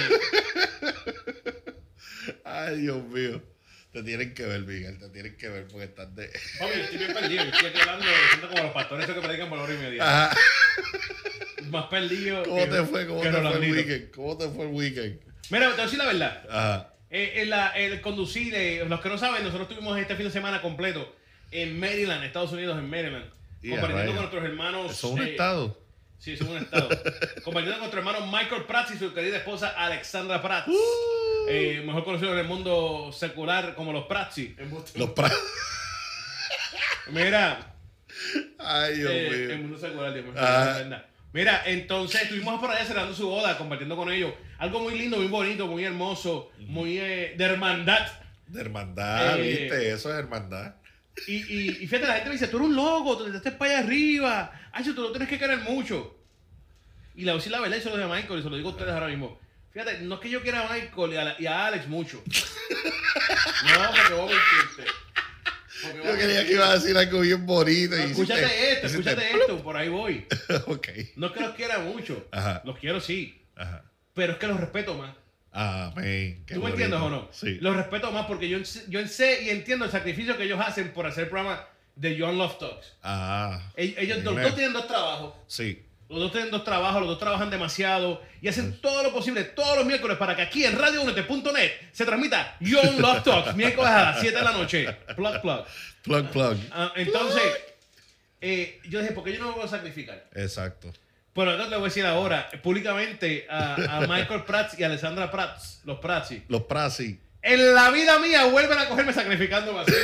[SPEAKER 3] Ay, Dios mío. Te tienen que ver, Miguel, te tienen que ver porque estás de...
[SPEAKER 4] papi, yo estoy bien perdido. Yo estoy aquí hablando, siento como los pastores esos que predican por la hora y media.
[SPEAKER 3] Ajá.
[SPEAKER 4] Más perdido.
[SPEAKER 3] ¿Cómo
[SPEAKER 4] que-
[SPEAKER 3] te fue? ¿Cómo
[SPEAKER 4] que
[SPEAKER 3] te fue el
[SPEAKER 4] Rolandito.
[SPEAKER 3] weekend? ¿Cómo te fue el weekend?
[SPEAKER 4] Mira, te voy a decir la verdad.
[SPEAKER 3] Ajá.
[SPEAKER 4] Eh, en la- el conducir, eh, los que no saben, nosotros tuvimos este fin de semana completo en Maryland, Estados Unidos, en Maryland,
[SPEAKER 3] Y a
[SPEAKER 4] compartiendo
[SPEAKER 3] rayos.
[SPEAKER 4] con nuestros hermanos.
[SPEAKER 3] ¿Eso es un
[SPEAKER 4] eh,
[SPEAKER 3] estado?
[SPEAKER 4] Sí, eso es un estado. Compartiendo con nuestro hermano Michael Prats y su querida esposa Alexandra Prats.
[SPEAKER 3] Uh.
[SPEAKER 4] Eh, mejor conocido en el mundo secular como los Pratzi.
[SPEAKER 3] Los pra...
[SPEAKER 4] Mira,
[SPEAKER 3] Ay, Dios
[SPEAKER 4] eh,
[SPEAKER 3] mío.
[SPEAKER 4] el mundo secular, Dios mío,
[SPEAKER 3] Ah.
[SPEAKER 4] es verdad. Mira, entonces estuvimos por allá celebrando su boda, compartiendo con ellos. Algo muy lindo, muy bonito, muy hermoso, muy eh, de hermandad.
[SPEAKER 3] De hermandad,
[SPEAKER 4] Eh.
[SPEAKER 3] ¿viste? Eso es hermandad.
[SPEAKER 4] Y, y, y fíjate, la gente me dice, tú eres un loco, tú estás para allá arriba. Ay, tú no tienes que querer mucho. Y la voy a decir la verdad, y se lo digo a Michael, y se lo digo a ustedes ahora mismo. Fíjate, no es que yo quiera a Michael y a, la- y a Alex mucho. No, porque voy a mentirte. Porque voy a
[SPEAKER 3] Yo quería
[SPEAKER 4] mentirte.
[SPEAKER 3] que iba a decir algo bien bonito.
[SPEAKER 4] No,
[SPEAKER 3] y
[SPEAKER 4] escúchate
[SPEAKER 3] hiciste-
[SPEAKER 4] esto,
[SPEAKER 3] hiciste-
[SPEAKER 4] escúchate esto, por ahí voy.
[SPEAKER 3] Ok.
[SPEAKER 4] No es que los quiera mucho.
[SPEAKER 3] Ajá.
[SPEAKER 4] Los quiero sí,
[SPEAKER 3] Ajá.
[SPEAKER 4] pero es que los respeto más.
[SPEAKER 3] Amén. Qué
[SPEAKER 4] ¿Tú me
[SPEAKER 3] bonito.
[SPEAKER 4] entiendes o no?
[SPEAKER 3] Sí.
[SPEAKER 4] Los respeto más porque yo, yo sé y entiendo el sacrificio que ellos hacen por hacer el programa de John Love Talks.
[SPEAKER 3] Ah.
[SPEAKER 4] Ellos, ellos los
[SPEAKER 3] Amen.
[SPEAKER 4] dos tienen dos trabajos.
[SPEAKER 3] Sí.
[SPEAKER 4] Los dos tienen dos trabajos, los dos trabajan demasiado y hacen todo lo posible todos los miércoles para que aquí en radio únete punto net se transmita Young Love Talks, miércoles a las siete de la noche. Plug, plug.
[SPEAKER 3] Plug, plug.
[SPEAKER 4] Ah, entonces, eh, yo dije, ¿por qué yo no me voy a sacrificar?
[SPEAKER 3] Exacto.
[SPEAKER 4] Bueno, entonces le voy a decir ahora, eh, públicamente, a, a Michael Prats y a Alessandra Prats, los Pratzi.
[SPEAKER 3] Los Prasi.
[SPEAKER 4] En la vida mía vuelven a cogerme sacrificando así.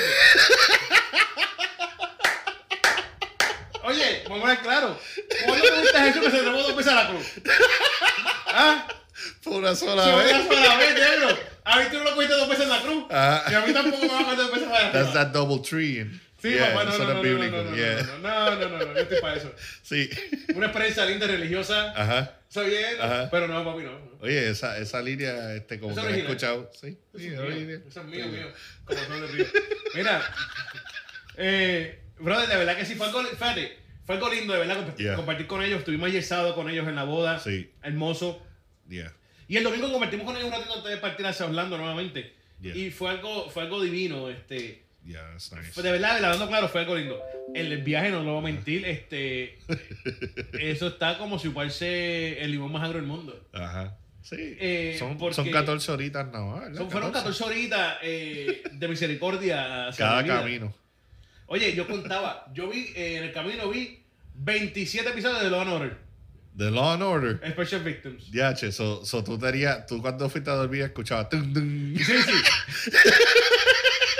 [SPEAKER 4] Oye, vamos a ver claro. ¿Cuándo te gusta Jesús que se trepó dos veces a la cruz? ¿Ah?
[SPEAKER 3] Por una sola
[SPEAKER 4] Se
[SPEAKER 3] vez.
[SPEAKER 4] una sola vez, diablo. A mí tú no lo cogiste dos veces en la cruz.
[SPEAKER 3] Ah.
[SPEAKER 4] Y a mí tampoco me va a coger dos veces en la
[SPEAKER 3] That's
[SPEAKER 4] cruz.
[SPEAKER 3] that double tree.
[SPEAKER 4] Sí,
[SPEAKER 3] Yeah,
[SPEAKER 4] papá, no,
[SPEAKER 3] eso
[SPEAKER 4] no,
[SPEAKER 3] es
[SPEAKER 4] no, no,
[SPEAKER 3] bíblico.
[SPEAKER 4] no, no,
[SPEAKER 3] Yeah.
[SPEAKER 4] no, no, no, no, no, yo estoy para eso.
[SPEAKER 3] Sí.
[SPEAKER 4] Una experiencia linda religiosa.
[SPEAKER 3] Ajá.
[SPEAKER 4] Soy bien,
[SPEAKER 3] Ajá.
[SPEAKER 4] pero no, papi, no.
[SPEAKER 3] Oye, esa, esa línea, este, como
[SPEAKER 4] ¿Esa
[SPEAKER 3] que la he
[SPEAKER 4] original?
[SPEAKER 3] escuchado. Sí.
[SPEAKER 4] Eso
[SPEAKER 3] Sí,
[SPEAKER 4] es
[SPEAKER 3] la
[SPEAKER 4] mío,
[SPEAKER 3] línea.
[SPEAKER 4] eso es mío,
[SPEAKER 3] Sí.
[SPEAKER 4] mío. Como son de río. Mira, eh, brother, de verdad que sí fue algo, fíjate, fue algo lindo, de verdad, comp-
[SPEAKER 3] Yeah.
[SPEAKER 4] compartir con ellos. Estuvimos ayer sábado con ellos en la boda.
[SPEAKER 3] Sí.
[SPEAKER 4] Hermoso.
[SPEAKER 3] Yeah.
[SPEAKER 4] Y el domingo compartimos con ellos un ratito antes de partir hacia Orlando nuevamente.
[SPEAKER 3] Yeah.
[SPEAKER 4] Y fue algo, fue algo divino, este.
[SPEAKER 3] Yeah, that's nice.
[SPEAKER 4] Fue de verdad, de hablando claro, fue algo lindo. El viaje, no lo voy a mentir, este. Eso está como si fuese el limón más agro del mundo.
[SPEAKER 3] Ajá. Sí.
[SPEAKER 4] Eh,
[SPEAKER 3] son,
[SPEAKER 4] porque-
[SPEAKER 3] son catorce horitas nada más. ¿verdad?
[SPEAKER 4] Son, fueron catorce horitas eh, de misericordia hacia
[SPEAKER 3] Cada
[SPEAKER 4] mi vida.
[SPEAKER 3] camino.
[SPEAKER 4] Oye, yo contaba, yo vi, eh, en el camino vi veintisiete episodios de Law and Order,
[SPEAKER 3] The Law and Order.
[SPEAKER 4] Special Victims.
[SPEAKER 3] Ya, che, so, so tú tenías, tú cuando fuiste a dormir escuchabas tum, tum.
[SPEAKER 4] Sí, sí.
[SPEAKER 3] So,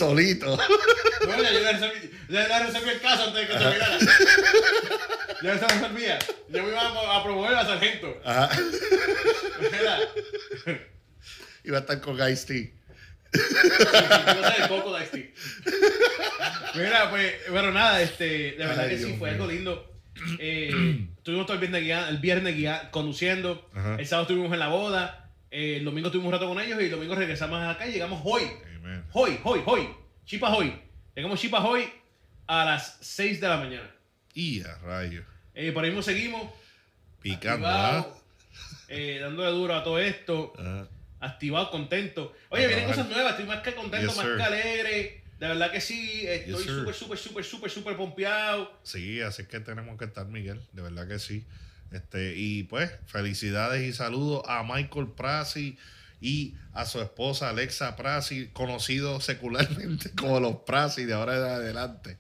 [SPEAKER 3] Solito.
[SPEAKER 4] No, ya yo le resolví, ya le resolví el caso antes de que terminara. Ya se resolvía. Yo me iba a, a promover a sargento.
[SPEAKER 3] Ajá.
[SPEAKER 4] Era.
[SPEAKER 3] Iba a estar con Ice-T.
[SPEAKER 4] No sé el coco de Ice-T. Mira, pues, bueno, nada, este, de verdad
[SPEAKER 3] Ay,
[SPEAKER 4] que
[SPEAKER 3] Dios
[SPEAKER 4] sí, fue
[SPEAKER 3] mío.
[SPEAKER 4] algo lindo. Eh, estuvimos todo el viernes, guía, el viernes guía, conduciendo.
[SPEAKER 3] Ajá.
[SPEAKER 4] El sábado estuvimos en la boda. Eh, el domingo estuvimos un rato con ellos y el domingo regresamos acá y llegamos hoy.
[SPEAKER 3] Amen.
[SPEAKER 4] Hoy, hoy, hoy. Chipa hoy. Llegamos Chipa hoy a las seis de la mañana.
[SPEAKER 3] Y a rayo.
[SPEAKER 4] Eh, por ahí mismo seguimos.
[SPEAKER 3] Picando,
[SPEAKER 4] activado,
[SPEAKER 3] ¿ah?
[SPEAKER 4] eh, dándole duro a todo esto.
[SPEAKER 3] Ajá.
[SPEAKER 4] Activado, contento. Oye,
[SPEAKER 3] A
[SPEAKER 4] vienen
[SPEAKER 3] trabajar.
[SPEAKER 4] cosas nuevas. Estoy más que contento,
[SPEAKER 3] Yes,
[SPEAKER 4] más
[SPEAKER 3] sir.
[SPEAKER 4] que alegre. De verdad que sí. Estoy
[SPEAKER 3] Yes, sir.
[SPEAKER 4] súper, súper, súper, súper, súper pompeado.
[SPEAKER 3] Sí, así es que tenemos que estar, Miguel. De verdad que sí. Este, y pues, felicidades y saludos a Michael Prasi y a su esposa Alexa Prasi, conocido secularmente como los Prasi de ahora en adelante.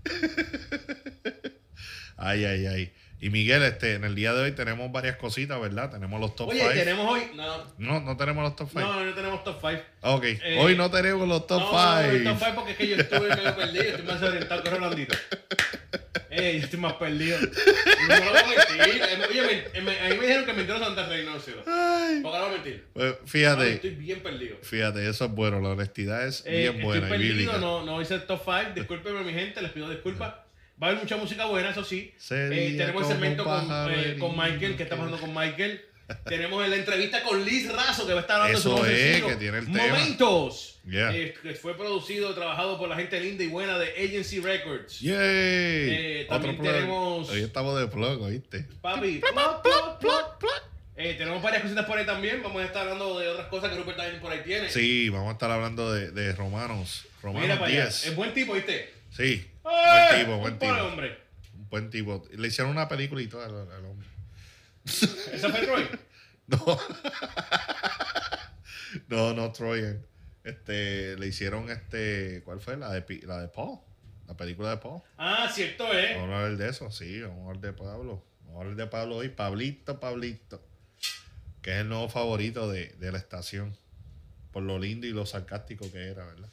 [SPEAKER 3] Ay, ay, ay. Y Miguel, este, en el día de hoy tenemos varias cositas, ¿verdad? Tenemos los top
[SPEAKER 4] Oye,
[SPEAKER 3] five.
[SPEAKER 4] tenemos hoy. No,
[SPEAKER 3] No, no tenemos los top five.
[SPEAKER 4] no, no tenemos top five.
[SPEAKER 3] Ok,
[SPEAKER 4] Eh,
[SPEAKER 3] hoy no tenemos los top
[SPEAKER 4] no,
[SPEAKER 3] five.
[SPEAKER 4] No, top five porque es que yo estuve medio perdido. Estoy más orientado que Rolandito. Eh, yo estoy más perdido. No lo voy a mentir. Eh, Oye, me, me, a mí me dijeron que mentiroso Santa Reynoso.
[SPEAKER 3] Ay.
[SPEAKER 4] ¿Por qué no voy a mentir?
[SPEAKER 3] Pues,
[SPEAKER 4] Ay,
[SPEAKER 3] fíjate,
[SPEAKER 4] estoy bien perdido.
[SPEAKER 3] fíjate, eso es bueno. La honestidad es
[SPEAKER 4] Eh,
[SPEAKER 3] bien buena
[SPEAKER 4] estoy
[SPEAKER 3] y
[SPEAKER 4] perdido,
[SPEAKER 3] bíblica.
[SPEAKER 4] no, no hice el top five. Discúlpenme, mi gente, les pido disculpas. Va a haber mucha música buena, eso sí.
[SPEAKER 3] Sería
[SPEAKER 4] Eh, tenemos el
[SPEAKER 3] como
[SPEAKER 4] segmento
[SPEAKER 3] un
[SPEAKER 4] con,
[SPEAKER 3] pájaro
[SPEAKER 4] eh, con Michael, que está pasando con Michael. Tenemos la entrevista con Liz Razo, que va a estar hablando
[SPEAKER 3] Eso
[SPEAKER 4] de su nuevo
[SPEAKER 3] es,
[SPEAKER 4] sencillo,
[SPEAKER 3] que tiene el tema.
[SPEAKER 4] Momentos.
[SPEAKER 3] Yeah.
[SPEAKER 4] Eh, que fue producido, trabajado por la gente linda y buena de Agency Records.
[SPEAKER 3] ¡Yay!
[SPEAKER 4] Eh,
[SPEAKER 3] Otro
[SPEAKER 4] también
[SPEAKER 3] plug.
[SPEAKER 4] tenemos-
[SPEAKER 3] Hoy estamos de plug, ¿oíste?
[SPEAKER 4] Papi, plop, plop, plop, plop. Eh, tenemos varias cositas por ahí también. Vamos a estar hablando de otras cosas que Rupert también por ahí tiene.
[SPEAKER 3] Sí, vamos a estar hablando de, de Romanos. Romanos
[SPEAKER 4] Mira para allá.
[SPEAKER 3] diez.
[SPEAKER 4] Es buen tipo, ¿viste?
[SPEAKER 3] Sí,
[SPEAKER 4] ¡Eh!
[SPEAKER 3] buen tipo, buen
[SPEAKER 4] Un pobre
[SPEAKER 3] tipo.
[SPEAKER 4] hombre.
[SPEAKER 3] Un buen tipo. Le hicieron una película y todo al, al hombre.
[SPEAKER 4] ¿Esa fue Troy?
[SPEAKER 3] No. no, no, Troyan. Este, le hicieron este, ¿cuál fue? La de, Pi- la de Paul. La película de Paul.
[SPEAKER 4] Ah, cierto, ¿eh?
[SPEAKER 3] Vamos a hablar de eso, sí, vamos a hablar de Pablo. Vamos a hablar de Pablo hoy. Pablito, Pablito. Que es el nuevo favorito de, de la estación. Por lo lindo y lo sarcástico que era, ¿verdad?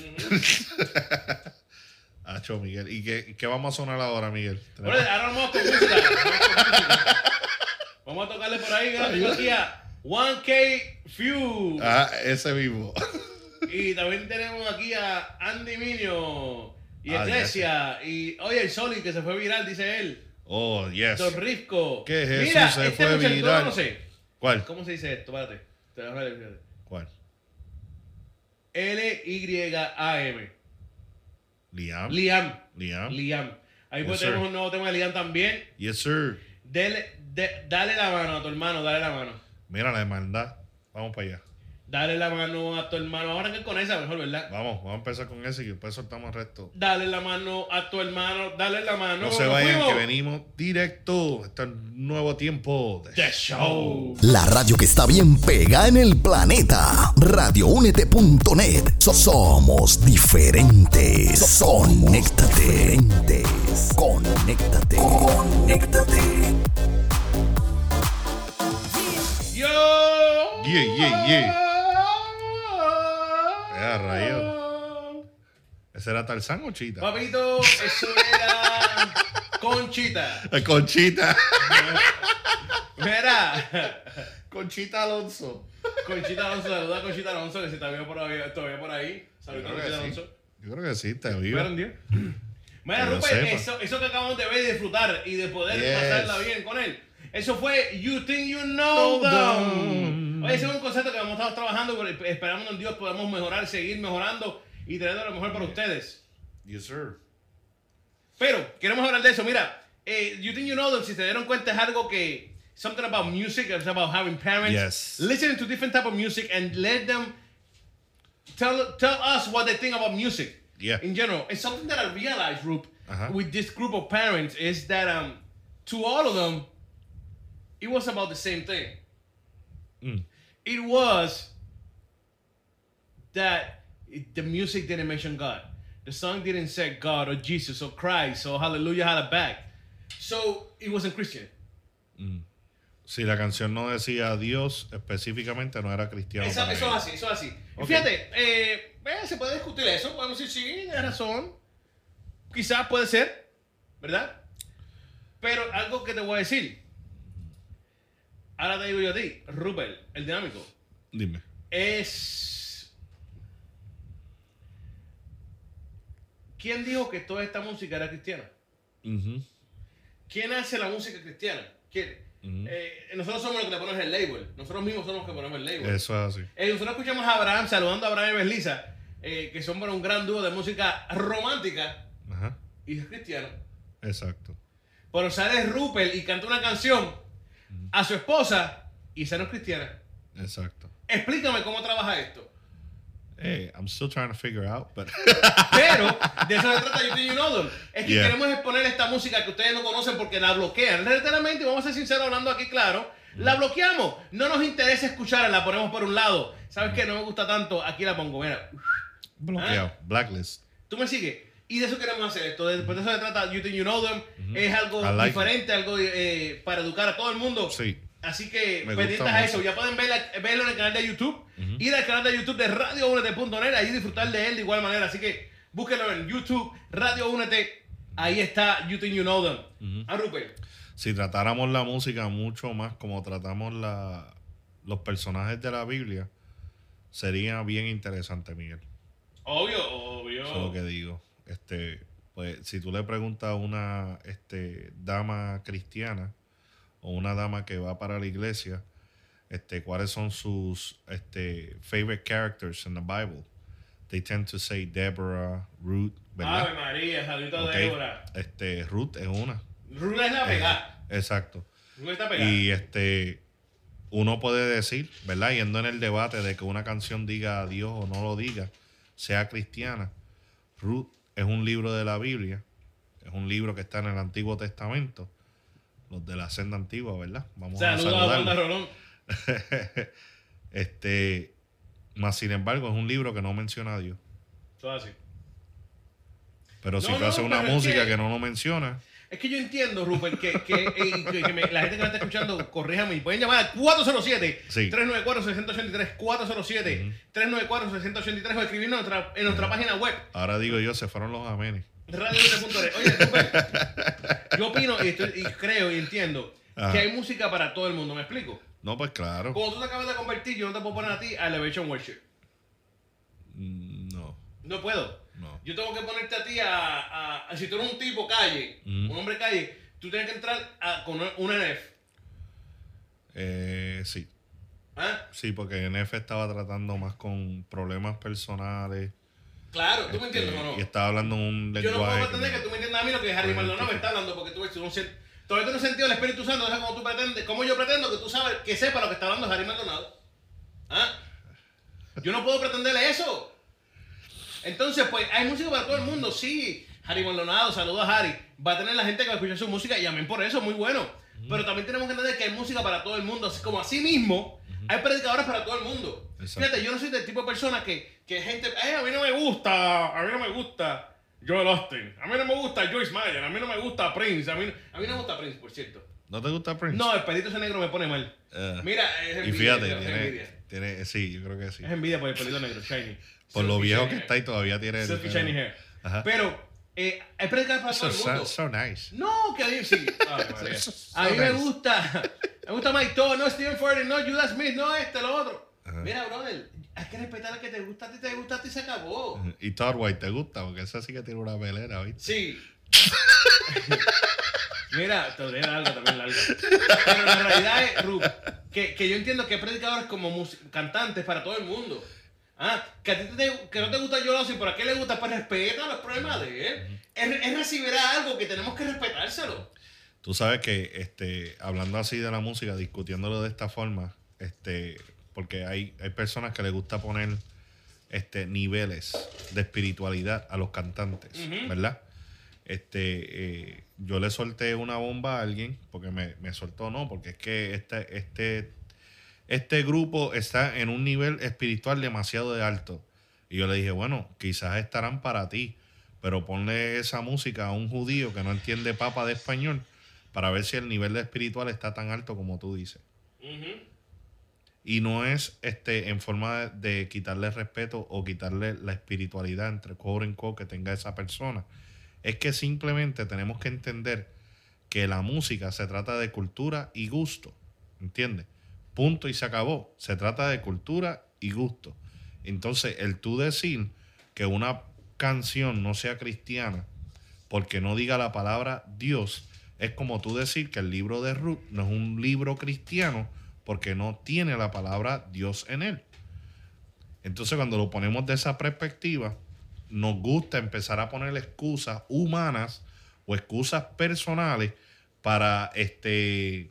[SPEAKER 3] Hacho, Miguel. ¿Y qué, qué vamos a sonar ahora, Miguel?
[SPEAKER 4] Bueno, ahora vamos con música. Vamos con música. Vamos a tocarle por ahí. Que tengo aquí a one K Few.
[SPEAKER 3] Ah, ese mismo.
[SPEAKER 4] Y también tenemos aquí a Andy Minio. Y
[SPEAKER 3] Ah,
[SPEAKER 4] Iglesia. Y oye, el Soli que se fue viral, dice él.
[SPEAKER 3] Oh, yes.
[SPEAKER 4] Don Risco.
[SPEAKER 3] ¿Qué es eso?
[SPEAKER 4] Mira,
[SPEAKER 3] Se
[SPEAKER 4] este
[SPEAKER 3] fue
[SPEAKER 4] muchacho,
[SPEAKER 3] viral.
[SPEAKER 4] no sé.
[SPEAKER 3] ¿Cuál?
[SPEAKER 4] ¿Cómo se dice esto? Espérate. Te voy a ver, fíjate.
[SPEAKER 3] ¿Cuál?
[SPEAKER 4] L Y A M.
[SPEAKER 3] Liam.
[SPEAKER 4] Liam.
[SPEAKER 3] Liam.
[SPEAKER 4] Liam. Ahí pues
[SPEAKER 3] Yes,
[SPEAKER 4] tenemos
[SPEAKER 3] sir.
[SPEAKER 4] un nuevo tema de Liam también.
[SPEAKER 3] Yes, sir.
[SPEAKER 4] Dele, de- dale la mano a tu hermano, dale la mano.
[SPEAKER 3] Mira la hermandad. Vamos para allá.
[SPEAKER 4] Dale la mano a tu hermano. Vamos a arrancar con esa mejor, ¿verdad?
[SPEAKER 3] Vamos, vamos a empezar con ese y después soltamos el resto.
[SPEAKER 4] Dale la mano a tu hermano, dale la mano.
[SPEAKER 3] No se
[SPEAKER 4] ¡Nos
[SPEAKER 3] vayan,
[SPEAKER 4] fuimos!
[SPEAKER 3] que venimos directo. Está el nuevo tiempo de
[SPEAKER 4] The Show.
[SPEAKER 1] La radio que está bien pega en el planeta. radioúnete punto net. So- somos diferentes. So- Conéctate. Diferentes. Conéctate. Conéctate.
[SPEAKER 4] Yo.
[SPEAKER 3] Yeah, yeah, yeah. Eh, rayo. ¿Ese era Tarzán o Chita?
[SPEAKER 4] Papito, eso era Conchita.
[SPEAKER 3] Eh, Conchita.
[SPEAKER 4] Mira.
[SPEAKER 3] Conchita Alonso.
[SPEAKER 4] Conchita Alonso, saluda a Conchita Alonso, que si está vivo por ahí, todavía por ahí.
[SPEAKER 3] Yo
[SPEAKER 4] Saluda a
[SPEAKER 3] creo,
[SPEAKER 4] Conchita
[SPEAKER 3] que sí.
[SPEAKER 4] Alonso.
[SPEAKER 3] Yo creo que sí, está vivo.
[SPEAKER 4] ¿Fueron Dios? Mira,
[SPEAKER 3] Que yo
[SPEAKER 4] Rupert,
[SPEAKER 3] sepa.
[SPEAKER 4] eso, eso que acabamos de ver y disfrutar y de poder
[SPEAKER 3] Yes.
[SPEAKER 4] pasarla bien con él. Eso fue You Think You Know Them. Oye, ese es un concepto que hemos estado trabajando, pero esperamos en Dios podamos mejorar, seguir mejorando y tener lo mejor para ustedes.
[SPEAKER 3] Yes, sir.
[SPEAKER 4] Pero queremos hablar de eso. Mira, eh, You Think You Know Them, si se dieron cuenta, es algo que something about music, it's about having parents,
[SPEAKER 3] Yes.
[SPEAKER 4] listening to different type of music and let them tell tell us what they think about music.
[SPEAKER 3] Yeah.
[SPEAKER 4] In general, it's something that I realized, Roop,
[SPEAKER 3] Uh-huh.
[SPEAKER 4] with this group of parents is that um, to all of them, it was about the same thing.
[SPEAKER 3] Mm.
[SPEAKER 4] It was that it, the music didn't mention God. The song didn't say God or Jesus or Christ or Hallelujah, Holla back. So it wasn't Christian.
[SPEAKER 3] Si la canción no decía Dios específicamente, no era cristiano.
[SPEAKER 4] Esa,
[SPEAKER 3] para
[SPEAKER 4] eso
[SPEAKER 3] él.
[SPEAKER 4] es así, eso es así. Y
[SPEAKER 3] Ok.
[SPEAKER 4] fíjate, eh, eh, se puede discutir eso. Podemos decir, sí, tienes razón. Quizás puede ser, ¿verdad? Pero algo que te voy a decir. Ahora te digo yo a ti, Rupert, el dinámico,
[SPEAKER 3] Dime.
[SPEAKER 4] es... ¿Quién dijo que toda esta música era cristiana?
[SPEAKER 3] Ujú,
[SPEAKER 4] ¿Quién hace la música cristiana? ¿Quién?
[SPEAKER 3] ujú.
[SPEAKER 4] Eh, nosotros somos los que le ponemos el label. Nosotros mismos somos los que ponemos el label.
[SPEAKER 3] Eso es así.
[SPEAKER 4] Eh, nosotros escuchamos a Abraham, saludando a Abraham y Berlisa, eh, que son bueno, un gran dúo de música romántica
[SPEAKER 3] Ajá.
[SPEAKER 4] y es cristiano.
[SPEAKER 3] Exacto.
[SPEAKER 4] Pero sale Rupert y canta una canción a su esposa y esa no es cristiana.
[SPEAKER 3] Exacto.
[SPEAKER 4] Explícame cómo trabaja esto.
[SPEAKER 3] Hey, I'm still trying to figure out, but
[SPEAKER 4] Pero de eso se trata You Think You Know Them. Es que
[SPEAKER 3] Yeah.
[SPEAKER 4] queremos exponer esta música que ustedes no conocen porque la bloquean. Literalmente, vamos a ser sinceros hablando aquí claro, la bloqueamos. No nos interesa escucharla, la ponemos por un lado. ¿Sabes qué? No me gusta tanto, aquí la pongo, mira.
[SPEAKER 3] bloqueado. Blacklist.
[SPEAKER 4] ¿Tú me sigues? Y de eso queremos hacer esto. De, pues de eso se trata You Think You Know Them. Es algo
[SPEAKER 3] I like
[SPEAKER 4] diferente, algo eh, para educar a todo el mundo.
[SPEAKER 3] Sí.
[SPEAKER 4] Así que
[SPEAKER 3] Me
[SPEAKER 4] pendientes
[SPEAKER 3] gusta
[SPEAKER 4] a
[SPEAKER 3] mucho.
[SPEAKER 4] eso. Ya pueden verla- verlo en el canal de YouTube. Ir al canal de YouTube de Radio Únete punto net. Ahí disfrutar de él de igual manera. Así que búsquenlo en YouTube, Radio Únete. Ahí está You Think You Know Them. A Rupert.
[SPEAKER 3] Si tratáramos la música mucho más como tratamos la, los personajes de la Biblia, sería bien interesante, Miguel.
[SPEAKER 4] Obvio, obvio.
[SPEAKER 3] Eso es lo que digo. Este, pues, si tú le preguntas a una este, dama cristiana o una dama que va para la iglesia, este, cuáles son sus este, favorite characters in the Bible, they tend to say Deborah, Ruth, ¿verdad?
[SPEAKER 4] Ave María, saludito
[SPEAKER 3] Ok.
[SPEAKER 4] de Débora.
[SPEAKER 3] Este, Ruth es una.
[SPEAKER 4] Ruth es la pegada.
[SPEAKER 3] Exacto.
[SPEAKER 4] Ruth está pegada.
[SPEAKER 3] Y este, uno puede decir, ¿verdad? Yendo en el debate de que una canción diga a Dios o no lo diga, sea cristiana. Ruth es un libro de la Biblia, es un libro que está en el Antiguo Testamento, los de la senda antigua, ¿verdad? Vamos
[SPEAKER 4] Saludos
[SPEAKER 3] a
[SPEAKER 4] a Wanda
[SPEAKER 3] saludarlo.
[SPEAKER 4] Rolón.
[SPEAKER 3] este, más sin embargo, es un libro que no menciona a Dios.
[SPEAKER 4] Todo así.
[SPEAKER 3] Pero si
[SPEAKER 4] No,
[SPEAKER 3] tú
[SPEAKER 4] no,
[SPEAKER 3] haces una
[SPEAKER 4] pero es
[SPEAKER 3] música
[SPEAKER 4] que-
[SPEAKER 3] que no lo menciona,
[SPEAKER 4] Es que yo entiendo, Rupert, que, que, eh, que- que me- la gente que me está escuchando, corríjame, y pueden llamar al cuatro cero siete,
[SPEAKER 3] Sí.
[SPEAKER 4] tres nueve cuatro, seis ocho tres, cuatro cero siete, tres nueve cuatro, seis ocho tres o escribirnos en nuestra, en nuestra página web,
[SPEAKER 3] ahora digo yo, se fueron los amenes.
[SPEAKER 4] radio punto net. Oye, Rupert, yo opino y, estoy- y creo y entiendo
[SPEAKER 3] Ajá.
[SPEAKER 4] que hay música para todo el mundo, ¿me explico?
[SPEAKER 3] No, pues claro.
[SPEAKER 4] Cuando tú te acabas de convertir, yo no te puedo poner a ti a Elevation Worship.
[SPEAKER 3] Mm, No,
[SPEAKER 4] No puedo.
[SPEAKER 3] no.
[SPEAKER 4] Yo tengo que ponerte a ti a, a- a- si tú eres un tipo calle,
[SPEAKER 3] Mm.
[SPEAKER 4] un hombre calle, tú tienes que entrar a- con un N F.
[SPEAKER 3] Eh, sí.
[SPEAKER 4] ¿Ah?
[SPEAKER 3] Sí, porque N F estaba tratando más con problemas personales.
[SPEAKER 4] Claro, ¿tú me
[SPEAKER 3] este,
[SPEAKER 4] entiendes o no?
[SPEAKER 3] Y estaba hablando en un
[SPEAKER 4] Yo no puedo
[SPEAKER 3] lenguaje.
[SPEAKER 4] pretender que tú me entiendas a mí lo que Harry
[SPEAKER 3] Pues,
[SPEAKER 4] Maldonado me
[SPEAKER 3] sí.
[SPEAKER 4] está hablando, porque tú ves, tú no sen- todavía tú no has sentido el Espíritu Santo, no sabes cómo tú pretendes, cómo yo pretendo que tú sabes, que sepa lo que está hablando Harry Maldonado. ¿Ah? Yo no puedo pretenderle eso. Entonces, pues, hay música para todo el mundo, sí. Harry Maldonado, saludos a Harry. Va a tener la gente que va a escuchar su música y amén por eso, muy bueno. Pero también tenemos que entender que hay música para todo el mundo, así como así mismo, hay predicadores para todo el mundo.
[SPEAKER 3] Exacto.
[SPEAKER 4] Fíjate, yo no soy del tipo de persona que, que gente, "Ay, a mí no me gusta, a mí no me gusta Joel Austin, a mí no me gusta Joyce Meyer, a mí no me gusta Prince, a mí, a mí no me gusta Prince, por cierto.
[SPEAKER 3] ¿No te gusta Prince?
[SPEAKER 4] No, el pelito ese negro me pone mal.
[SPEAKER 3] Eh,
[SPEAKER 4] Mira, es
[SPEAKER 3] y
[SPEAKER 4] envidia,
[SPEAKER 3] fíjate,
[SPEAKER 4] es
[SPEAKER 3] tiene,
[SPEAKER 4] envidia.
[SPEAKER 3] tiene, sí, yo creo que sí.
[SPEAKER 4] Es envidia por el pelito negro, shiny.
[SPEAKER 3] Por lo
[SPEAKER 4] Silky
[SPEAKER 3] viejo
[SPEAKER 4] shiny
[SPEAKER 3] que
[SPEAKER 4] hair.
[SPEAKER 3] está y todavía tiene el
[SPEAKER 4] Silky
[SPEAKER 3] pelo.
[SPEAKER 4] shiny hair.
[SPEAKER 3] Ajá.
[SPEAKER 4] Pero, eh, hay predicadores para todo
[SPEAKER 3] So,
[SPEAKER 4] el
[SPEAKER 3] so,
[SPEAKER 4] mundo.
[SPEAKER 3] so nice.
[SPEAKER 4] No, que a mí sí. Ay, María.
[SPEAKER 3] Eso es
[SPEAKER 4] A mí
[SPEAKER 3] so
[SPEAKER 4] me
[SPEAKER 3] nice.
[SPEAKER 4] gusta. Me gusta Mike Todd, no Stephen Furtick, no Judas Smith, no este, lo otro.
[SPEAKER 3] Ajá.
[SPEAKER 4] Mira, brother, hay que respetar al que te gusta a ti, te gusta a ti y se acabó.
[SPEAKER 3] Y Todd White te gusta, porque ese sí que tiene una velera, ¿viste?
[SPEAKER 4] Sí. Mira, todavía larga, también larga. Pero la realidad es, Ru, que, que yo entiendo que hay predicadores como mus- cantantes para todo el mundo. Ah, que a ti te, que no te gusta Joel Austin, pero a qué le gusta, pues respeta los problemas de él. Él, él recibirá algo que tenemos que respetárselo.
[SPEAKER 3] Tú sabes que, este, hablando así de la música, discutiéndolo de esta forma, este, porque hay, hay personas que les gusta poner este, niveles de espiritualidad a los cantantes,
[SPEAKER 4] Ujú.
[SPEAKER 3] ¿verdad? Este, eh, yo le solté una bomba a alguien, porque me, me soltó, no, porque es que este, este, este grupo está en un nivel espiritual demasiado de alto. Y yo le dije, bueno, quizás estarán para ti, pero ponle esa música a un judío que no entiende papa de español, para ver si el nivel espiritual está tan alto como tú dices. Uh-huh. Y no es este en forma de, de quitarle respeto o quitarle la espiritualidad entre quote en quote que tenga esa persona. Es que simplemente tenemos que entender que la música se trata de cultura y gusto. ¿Entiendes? Punto y se acabó. Se trata de cultura y gusto. Entonces, el tú decir que una canción no sea cristiana porque no diga la palabra Dios, es como tú decir que el libro de Ruth no es un libro cristiano porque no tiene la palabra Dios en él. Entonces, cuando lo ponemos de esa perspectiva, nos gusta empezar a poner excusas humanas o excusas personales para este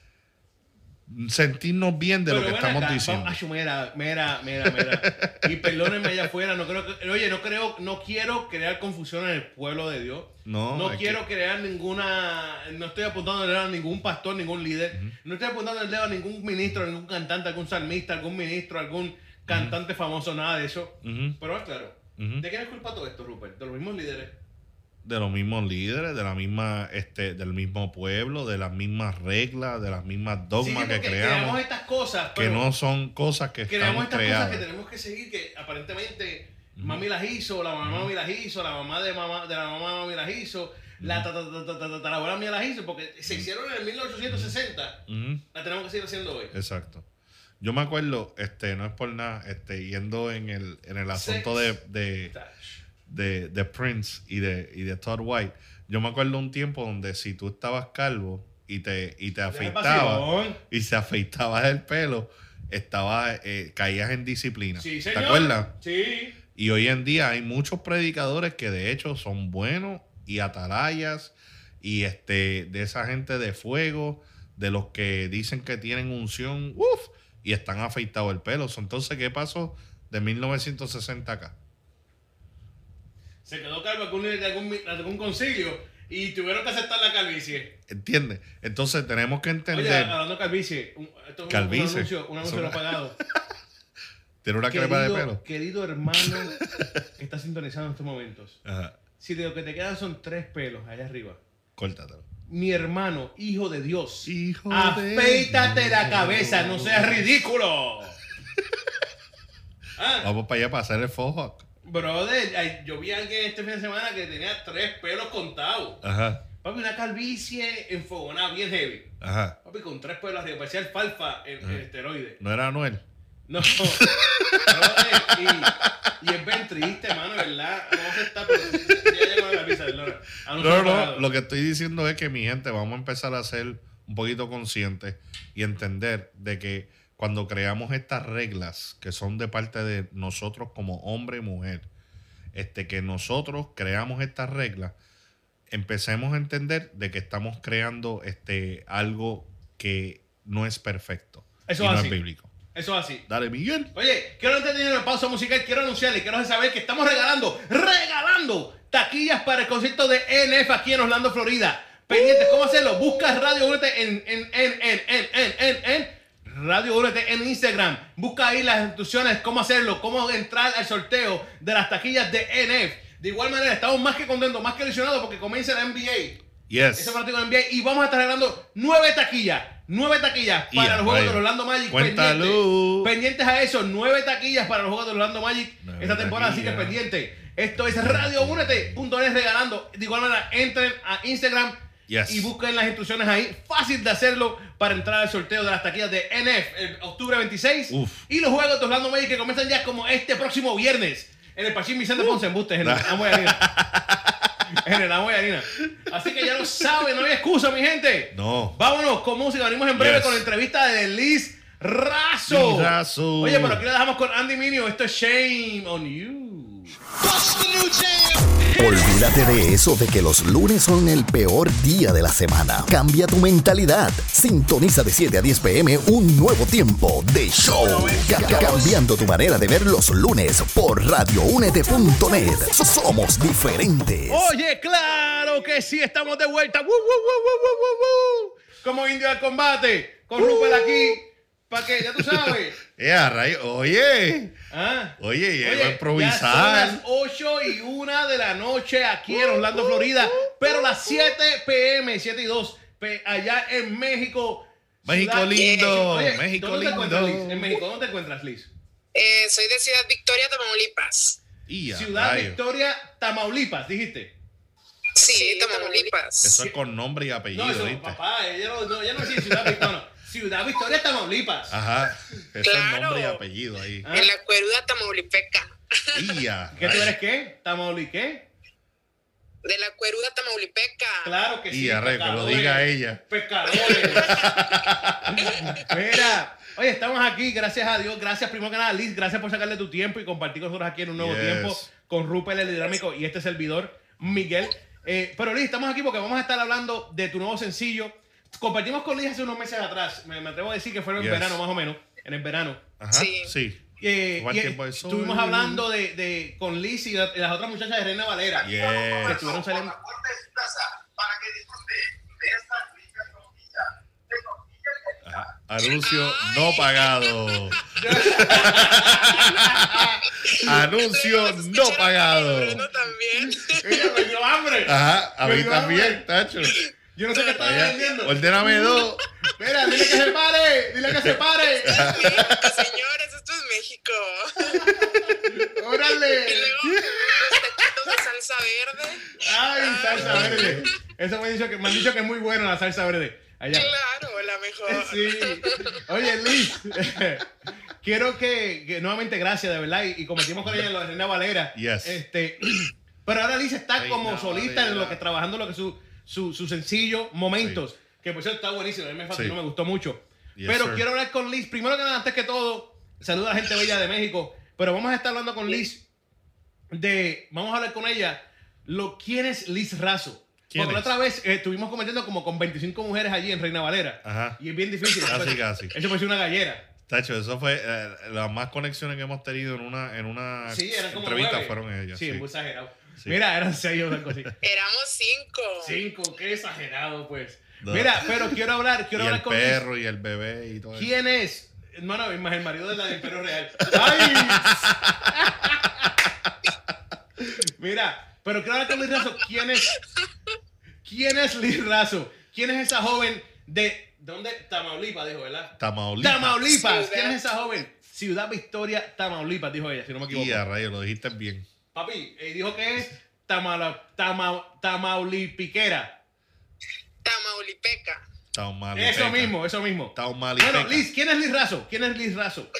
[SPEAKER 3] sentirnos bien de Pero lo que estamos acá, diciendo.
[SPEAKER 4] Ay, mira, mira, mira, mira. Y perdónenme allá afuera, no creo que, oye, no creo, no quiero crear confusión en el pueblo de Dios. No, no quiero que... crear ninguna, no estoy apuntando el dedo a ningún pastor, ningún líder. Uh-huh. No estoy apuntando el dedo a ningún ministro, ningún cantante, algún salmista, algún ministro, algún cantante uh-huh. famoso, nada de eso. Uh-huh. Pero claro, uh-huh. ¿de quién es culpa todo esto, Rupert? De los mismos líderes.
[SPEAKER 3] De los mismos líderes, de la misma, este, del mismo pueblo, de las mismas reglas, de las mismas dogmas sí, que creamos.
[SPEAKER 4] Creamos estas cosas,
[SPEAKER 3] que no son cosas que están creamos estas creadas.
[SPEAKER 4] Cosas que tenemos que seguir, que aparentemente uh-huh. mami las hizo, la mamá uh-huh. mami las hizo, la mamá de mamá de la mamá mami las hizo, uh-huh. la tatarabuela mía las hizo, porque se hicieron en el mil ochocientos sesenta, uh-huh. la tenemos que seguir haciendo hoy.
[SPEAKER 3] Exacto. Yo me acuerdo, este, no es por nada, este, yendo en el, en el asunto Sex de, de De, de Prince y de, y de Todd White. Yo me acuerdo un tiempo donde si tú estabas calvo y te, y te afeitabas y se afeitabas el pelo, estabas, eh, caías en disciplina.
[SPEAKER 4] Sí,
[SPEAKER 3] ¿te acuerdas?
[SPEAKER 4] Sí.
[SPEAKER 3] Y hoy en día hay muchos predicadores que de hecho son buenos y atalayas y este de esa gente de fuego, de los que dicen que tienen unción, uff, y están afeitados el pelo. Entonces, ¿qué pasó de mil novecientos sesenta acá?
[SPEAKER 4] Se quedó calvo algún, de algún, de algún concilio y tuvieron que aceptar la calvicie.
[SPEAKER 3] ¿Entiendes? Entonces tenemos que entender.
[SPEAKER 4] Oye, hablando de calvicie, un, esto es calvicie. un anuncio, un anuncio no pagado.
[SPEAKER 3] Tiene una
[SPEAKER 4] querido,
[SPEAKER 3] crepa de pelo.
[SPEAKER 4] Querido hermano que está sintonizando en estos momentos. Ajá. Si de lo que te quedan son tres pelos allá arriba,
[SPEAKER 3] córtatelo.
[SPEAKER 4] Mi hermano, hijo de Dios,
[SPEAKER 3] hijo
[SPEAKER 4] afeítate
[SPEAKER 3] de
[SPEAKER 4] la cabeza, no seas ridículo.
[SPEAKER 3] ¿Ah? Vamos para allá para hacer el fojo.
[SPEAKER 4] Brother, yo vi a alguien este fin de semana que tenía tres pelos contados. Ajá. Papi, una calvicie enfogonada, bien heavy. Ajá. Papi, con tres pelos arriba, parecía alfalfa en, en esteroide.
[SPEAKER 3] ¿No era Anuel?
[SPEAKER 4] No. Brother, y, y es bien triste, mano, ¿verdad? No se está, pero ya llegó la calvicie, ¿verdad?
[SPEAKER 3] No, no, no, lo que estoy diciendo es que mi gente, vamos a empezar a ser un poquito conscientes y entender de que cuando creamos estas reglas que son de parte de nosotros como hombre y mujer, este, que nosotros creamos estas reglas, empecemos a entender de que estamos creando este, algo que no es perfecto.
[SPEAKER 4] Eso
[SPEAKER 3] y
[SPEAKER 4] es
[SPEAKER 3] no
[SPEAKER 4] así.
[SPEAKER 3] es bíblico.
[SPEAKER 4] Eso es así.
[SPEAKER 3] Dale, Miguel.
[SPEAKER 4] Oye, quiero antes de tener una pausa musical, quiero anunciarles, quiero saber que estamos regalando, regalando taquillas para el concierto de N F aquí en Orlando, Florida. Pendientes, ¿cómo hacerlo? Busca Radio Únete en, en, en, en, en, en, en, en Radio Únete en Instagram. Busca ahí las instrucciones, cómo hacerlo, cómo entrar al sorteo de las taquillas de N F. De igual manera, estamos más que contentos, más que ilusionados porque comienza la N B A.
[SPEAKER 3] Yes.
[SPEAKER 4] Ese partido de N B A y vamos a estar regalando nueve taquillas. Nueve taquillas para yeah, los Juegos de Orlando Magic. Pendientes, pendientes a eso. Nueve taquillas para los Juegos de Orlando Magic nueve esta temporada. Taquillas. Así que pendiente. Esto es Radio Únete punto net regalando. De igual manera, entren a Instagram. Yes. Y busquen las instrucciones ahí. Fácil de hacerlo para entrar al sorteo de las taquillas de N F el octubre veintiséis. Uf. Y los Juegos de Orlando Magic que comienzan ya como este próximo viernes en el Pachín Vicente Ponce en Bustes, en el Amo y Harina. En el Amo y Harina. Así que ya lo saben, no hay excusa, mi gente.
[SPEAKER 3] No.
[SPEAKER 4] Vámonos con música. Venimos en breve yes. con la entrevista de Liz Razo.
[SPEAKER 3] Liz Razo.
[SPEAKER 4] Oye, pero aquí la dejamos con Andy Mineo. Esto es Shame on You.
[SPEAKER 1] Olvídate de eso de que los lunes son el peor día de la semana. Cambia tu mentalidad. Sintoniza de siete a diez pm un nuevo tiempo de show. Ca- cambiando tu manera de ver los lunes por Radio Únete punto net. Somos diferentes.
[SPEAKER 4] Oye, claro que sí, estamos de vuelta. ¡Woo, woo, woo, woo, woo, woo! Como Indio al combate. Con uh. Rupert aquí. ¿Para qué? Ya tú sabes.
[SPEAKER 3] Yeah, rayo. Oye.
[SPEAKER 4] ¿Ah?
[SPEAKER 3] Oye, llego a improvisar.
[SPEAKER 4] Ya son las ocho y una de la noche aquí en Orlando, Florida. Pero las siete pm, siete y dos, pe- allá en México.
[SPEAKER 3] México
[SPEAKER 4] Ciudad-
[SPEAKER 3] lindo,
[SPEAKER 4] Oye,
[SPEAKER 3] México
[SPEAKER 4] ¿dónde te
[SPEAKER 3] lindo.
[SPEAKER 4] encuentras, Liz? En México, ¿dónde te encuentras, Liz?
[SPEAKER 5] Eh, soy de Ciudad Victoria, Tamaulipas.
[SPEAKER 3] Y a
[SPEAKER 4] Ciudad
[SPEAKER 3] rayos.
[SPEAKER 4] Victoria, Tamaulipas, dijiste.
[SPEAKER 5] Sí, Tamaulipas.
[SPEAKER 3] Eso es con nombre y apellido,
[SPEAKER 4] No, eso,
[SPEAKER 3] ¿viste?
[SPEAKER 4] papá, ella no, no, ella no dice Ciudad Victoria, no. Ciudad Victoria, Tamaulipas.
[SPEAKER 3] Ajá. Eso
[SPEAKER 5] Claro.
[SPEAKER 3] es nombre y apellido ahí.
[SPEAKER 4] Ah.
[SPEAKER 5] En la cueruda tamaulipeca.
[SPEAKER 3] Y a
[SPEAKER 4] ¿Qué tú
[SPEAKER 3] rayos.
[SPEAKER 4] eres qué? ¿Tamauli qué?
[SPEAKER 5] De la cueruda tamaulipeca.
[SPEAKER 4] Claro que sí.
[SPEAKER 3] Y a rayos, que lo
[SPEAKER 4] pescadores,
[SPEAKER 3] diga ella.
[SPEAKER 4] Pescadores. Mira, oye, estamos aquí, gracias a Dios. Gracias, primero que nada, Liz, gracias por sacarle tu tiempo y compartir con nosotros aquí en un nuevo
[SPEAKER 3] Yes.
[SPEAKER 4] tiempo con Rupert el Dinámico y este servidor, Miguel. Eh, pero Liz, estamos aquí porque vamos a estar hablando de tu nuevo sencillo. Compartimos con Liz hace unos meses atrás. Me, me atrevo a decir que fue en
[SPEAKER 3] Yes.
[SPEAKER 4] verano, más o menos. En el verano.
[SPEAKER 3] Ajá.
[SPEAKER 5] Sí.
[SPEAKER 3] Sí.
[SPEAKER 4] Eh,
[SPEAKER 3] Igual
[SPEAKER 4] y,
[SPEAKER 3] tiempo de sol.
[SPEAKER 4] estuvimos hablando de, de con Liz y la- y las otras muchachas de Reina Valera. Que
[SPEAKER 3] Yes.
[SPEAKER 4] estuvieron saliendo.
[SPEAKER 3] Ajá. Anuncio no pagado. Anuncio
[SPEAKER 5] Tenemos que
[SPEAKER 3] no
[SPEAKER 5] escuchar a
[SPEAKER 3] pagado.
[SPEAKER 5] Bruno también.
[SPEAKER 4] Ella me dio hambre.
[SPEAKER 3] Ajá. A
[SPEAKER 4] Me
[SPEAKER 3] mí
[SPEAKER 4] dio
[SPEAKER 3] también,
[SPEAKER 4] hambre.
[SPEAKER 3] tacho.
[SPEAKER 4] Yo no sé qué estaba
[SPEAKER 3] Allá,
[SPEAKER 4] vendiendo.
[SPEAKER 3] ordéname dos.
[SPEAKER 4] Mira, dile que se pare. Dile que se pare.
[SPEAKER 5] México, señores, esto es México. Y
[SPEAKER 4] Órale.
[SPEAKER 5] luego unos taquitos de salsa verde.
[SPEAKER 4] Ay, salsa verde. Eso me han dicho que, me han dicho que es muy buena la salsa verde. Allá.
[SPEAKER 5] Claro, la mejor.
[SPEAKER 4] Sí. Oye, Liz, quiero que, que nuevamente gracias, de verdad, y, y compartimos con ella en lo de Reina Valera.
[SPEAKER 3] Yes.
[SPEAKER 4] Este, pero ahora Liz está
[SPEAKER 3] Reina
[SPEAKER 4] como solista en lo
[SPEAKER 3] Valera.
[SPEAKER 4] que trabajando lo que su, su, su sencillo Momentos, que por cierto está buenísimo, a mí me fascinó,
[SPEAKER 3] Sí.
[SPEAKER 4] me gustó mucho.
[SPEAKER 3] Yes,
[SPEAKER 4] pero
[SPEAKER 3] sir.
[SPEAKER 4] quiero hablar con Liz, primero que nada, antes que todo, saluda a la gente bella de México, pero vamos a estar hablando con Liz de, vamos a hablar con ella, lo quién es Liz Razo.
[SPEAKER 3] ¿Quién
[SPEAKER 4] Porque la
[SPEAKER 3] es?
[SPEAKER 4] otra vez eh, estuvimos cometiendo como con veinticinco mujeres allí en Reina Valera.
[SPEAKER 3] Ajá.
[SPEAKER 4] Y es bien difícil.
[SPEAKER 3] Casi,
[SPEAKER 4] Eso-
[SPEAKER 3] casi.
[SPEAKER 4] Eso puede ser una gallera.
[SPEAKER 3] Tacho, eso fue eh, las más conexiones que hemos tenido en una, en una
[SPEAKER 4] Sí, eran como
[SPEAKER 3] entrevista
[SPEAKER 4] nueve.
[SPEAKER 3] fueron ellas.
[SPEAKER 4] Sí,
[SPEAKER 3] Sí,
[SPEAKER 4] muy exagerado.
[SPEAKER 3] Sí.
[SPEAKER 4] Mira, eran seis o algo así.
[SPEAKER 5] Éramos cinco.
[SPEAKER 4] Cinco, qué exagerado, pues.
[SPEAKER 3] No.
[SPEAKER 4] Mira, pero quiero hablar, quiero
[SPEAKER 3] Y
[SPEAKER 4] hablar
[SPEAKER 3] el
[SPEAKER 4] con
[SPEAKER 3] perro y el bebé y todo
[SPEAKER 4] Liz.
[SPEAKER 3] eso.
[SPEAKER 4] ¿Quién es? Hermano, más el marido de la del perro real. ¡Ay! Mira, pero quiero hablar con Liz Razo. ¿Quién es? ¿Quién es Liz Razo? ¿Quién es esa joven de... ¿Dónde? Tamaulipas, dijo, ¿verdad?
[SPEAKER 3] Tamaulipas.
[SPEAKER 4] Tamaulipas.
[SPEAKER 5] Ciudad.
[SPEAKER 4] ¿Quién es esa joven? Ciudad Victoria, Tamaulipas, dijo ella, si no me equivoco.
[SPEAKER 3] Y a rayos, lo dijiste bien.
[SPEAKER 4] Papi, eh, dijo que es Tamala, Tama, Tamaulipiquera.
[SPEAKER 5] Tamaulipeca.
[SPEAKER 3] Tamaulipeca.
[SPEAKER 4] Eso mismo, eso mismo.
[SPEAKER 3] Tamaulipeca.
[SPEAKER 4] Bueno, Liz, ¿quién es Liz Razo? ¿Quién es Liz Razo?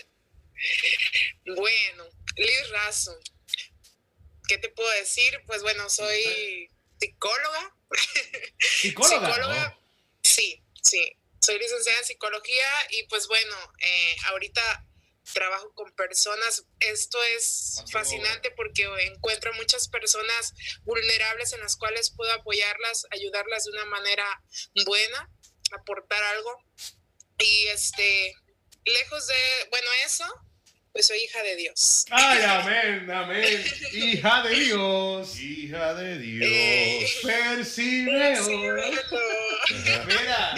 [SPEAKER 5] Bueno, Liz Razo. ¿Qué te puedo decir? Pues bueno, soy psicóloga.
[SPEAKER 4] ¿Psicóloga?
[SPEAKER 5] Psicóloga.
[SPEAKER 3] Oh.
[SPEAKER 5] Sí, sí. Soy licenciada en psicología y pues bueno, eh, ahorita trabajo con personas. Esto es fascinante porque encuentro muchas personas vulnerables en las cuales puedo apoyarlas, ayudarlas de una manera buena, aportar algo. Y este, lejos de, bueno, eso, pues soy hija de Dios.
[SPEAKER 4] Ay, amén, amén. Hija de Dios.
[SPEAKER 3] Hija de Dios.
[SPEAKER 5] Eh.
[SPEAKER 4] Percibe.
[SPEAKER 5] Sí,
[SPEAKER 4] hoy.
[SPEAKER 5] bueno.
[SPEAKER 4] Mira.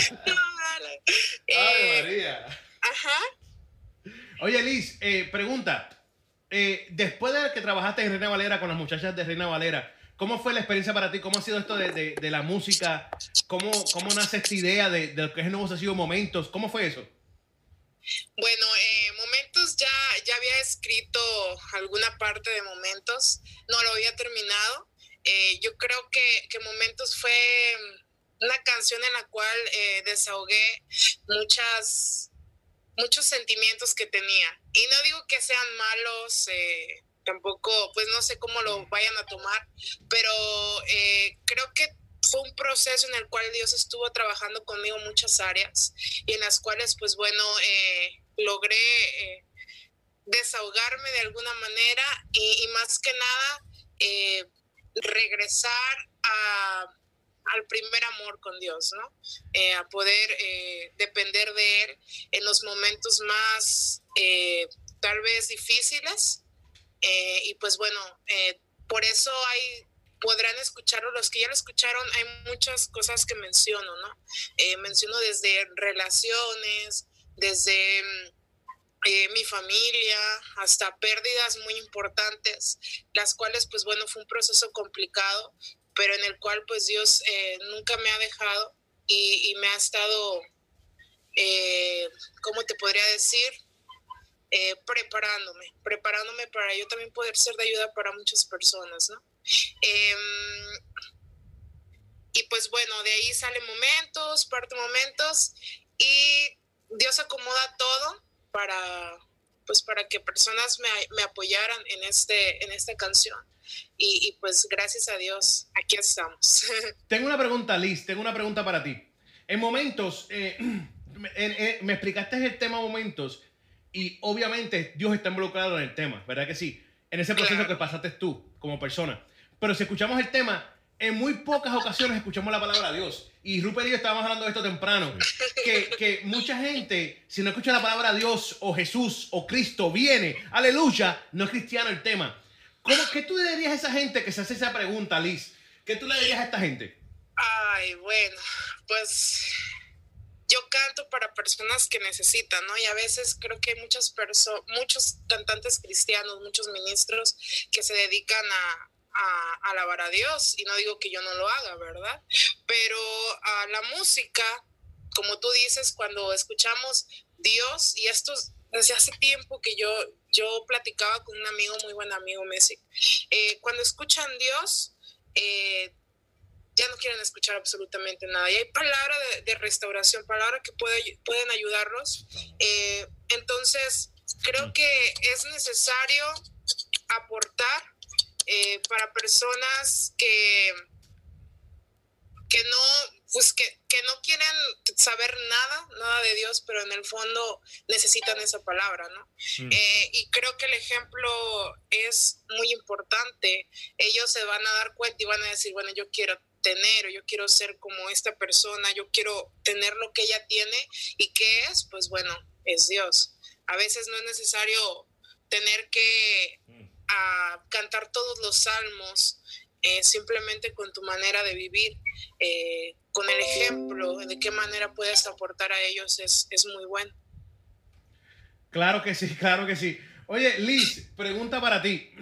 [SPEAKER 4] Ay,
[SPEAKER 5] Eh,
[SPEAKER 4] María.
[SPEAKER 5] ajá.
[SPEAKER 4] Oye, Liz, eh, pregunta. Eh, después de que trabajaste en Reina Valera con las muchachas de Reina Valera, ¿cómo fue la experiencia para ti? ¿Cómo ha sido esto de, de, de la música? ¿Cómo, cómo nace esta idea de, de lo que es el nuevo sencillo Momentos? ¿Cómo fue eso?
[SPEAKER 5] Bueno, eh, Momentos ya, ya había escrito alguna parte de Momentos, no lo había terminado. Eh, yo creo que, que Momentos fue una canción en la cual eh, desahogué muchas, muchos sentimientos que tenía. Y no digo que sean malos, eh, tampoco, pues no sé cómo lo vayan a tomar, pero eh, creo que fue un proceso en el cual Dios estuvo trabajando conmigo en muchas áreas y en las cuales, pues bueno, eh, logré eh, desahogarme de alguna manera y, y más que nada eh, regresar a, al primer amor con Dios, ¿no? Eh, a poder eh, depender de Él en los momentos más eh, tal vez difíciles eh, y pues bueno, eh, por eso hay podrán escucharlo, los que ya lo escucharon, hay muchas cosas que menciono, ¿no? Eh, menciono desde relaciones, desde eh, mi familia, hasta pérdidas muy importantes, las cuales, pues bueno, fue un proceso complicado, pero en el cual, pues Dios eh, nunca me ha dejado y, y me ha estado, eh, ¿cómo te podría decir? Eh, preparándome, preparándome para yo también poder ser de ayuda para muchas personas, ¿no? Eh, y pues bueno, de ahí salen momentos, parte momentos, y Dios acomoda todo para, pues para que personas me, me apoyaran en, este, en esta canción. Y, y pues gracias a Dios, aquí estamos.
[SPEAKER 4] Tengo una pregunta, Liz, tengo una pregunta para ti. En momentos, eh, me, eh, me explicaste el tema momentos, y obviamente Dios está involucrado en el tema, ¿verdad que sí? En ese proceso claro. que pasaste tú como persona. Pero si escuchamos el tema, en muy pocas ocasiones escuchamos la palabra Dios. Y Rupert y yo estábamos hablando de esto temprano. Que, que mucha gente, si no escucha la palabra Dios o Jesús o Cristo viene, aleluya, no es cristiano el tema. ¿Cómo, ¿Qué tú le dirías a esa gente que se hace esa pregunta, Liz? ¿Qué tú le dirías a esta gente?
[SPEAKER 5] Ay, bueno, pues yo canto para personas que necesitan, ¿no? Y a veces creo que hay muchas personas, muchos cantantes cristianos, muchos ministros que se dedican a, a, a alabar a Dios, y no digo que yo no lo haga, ¿verdad? Pero a la música, como tú dices, cuando escuchamos Dios, y esto desde hace tiempo que yo, yo platicaba con un amigo, muy buen amigo, Messi, eh, cuando escuchan Dios, eh, ya no quieren escuchar absolutamente nada. Y hay palabras de, de restauración, palabras que puede, pueden ayudarlos. Eh, entonces, creo que es necesario aportar eh, para personas que, que no, pues que, que no quieren saber nada, nada de Dios, pero en el fondo necesitan esa palabra, ¿no? Mm. Eh, y creo que el ejemplo es muy importante. Ellos se van a dar cuenta y van a decir, bueno, yo quiero tener, o yo quiero ser como esta persona, yo quiero tener lo que ella tiene. ¿Y qué es? Pues bueno, es Dios. A veces no es necesario tener que a, cantar todos los salmos, eh, simplemente con tu manera de vivir, eh, con el ejemplo de qué manera puedes aportar a ellos es, es muy bueno.
[SPEAKER 4] Claro que sí, claro que sí. Oye, Liz, pregunta para ti.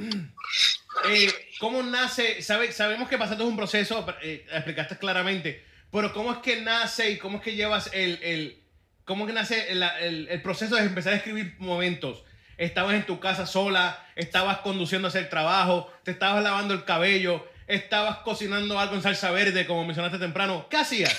[SPEAKER 4] Eh, ¿Cómo nace? Sabe, sabemos que pasaste un proceso, eh, explicaste claramente, pero ¿cómo es que nace y cómo es que llevas el, el cómo que nace el, el, el proceso de empezar a escribir momentos? ¿Estabas en tu casa sola? ¿Estabas conduciendo a hacer trabajo? ¿Te estabas lavando el cabello? ¿Estabas cocinando algo en salsa verde, como mencionaste temprano? ¿Qué hacías?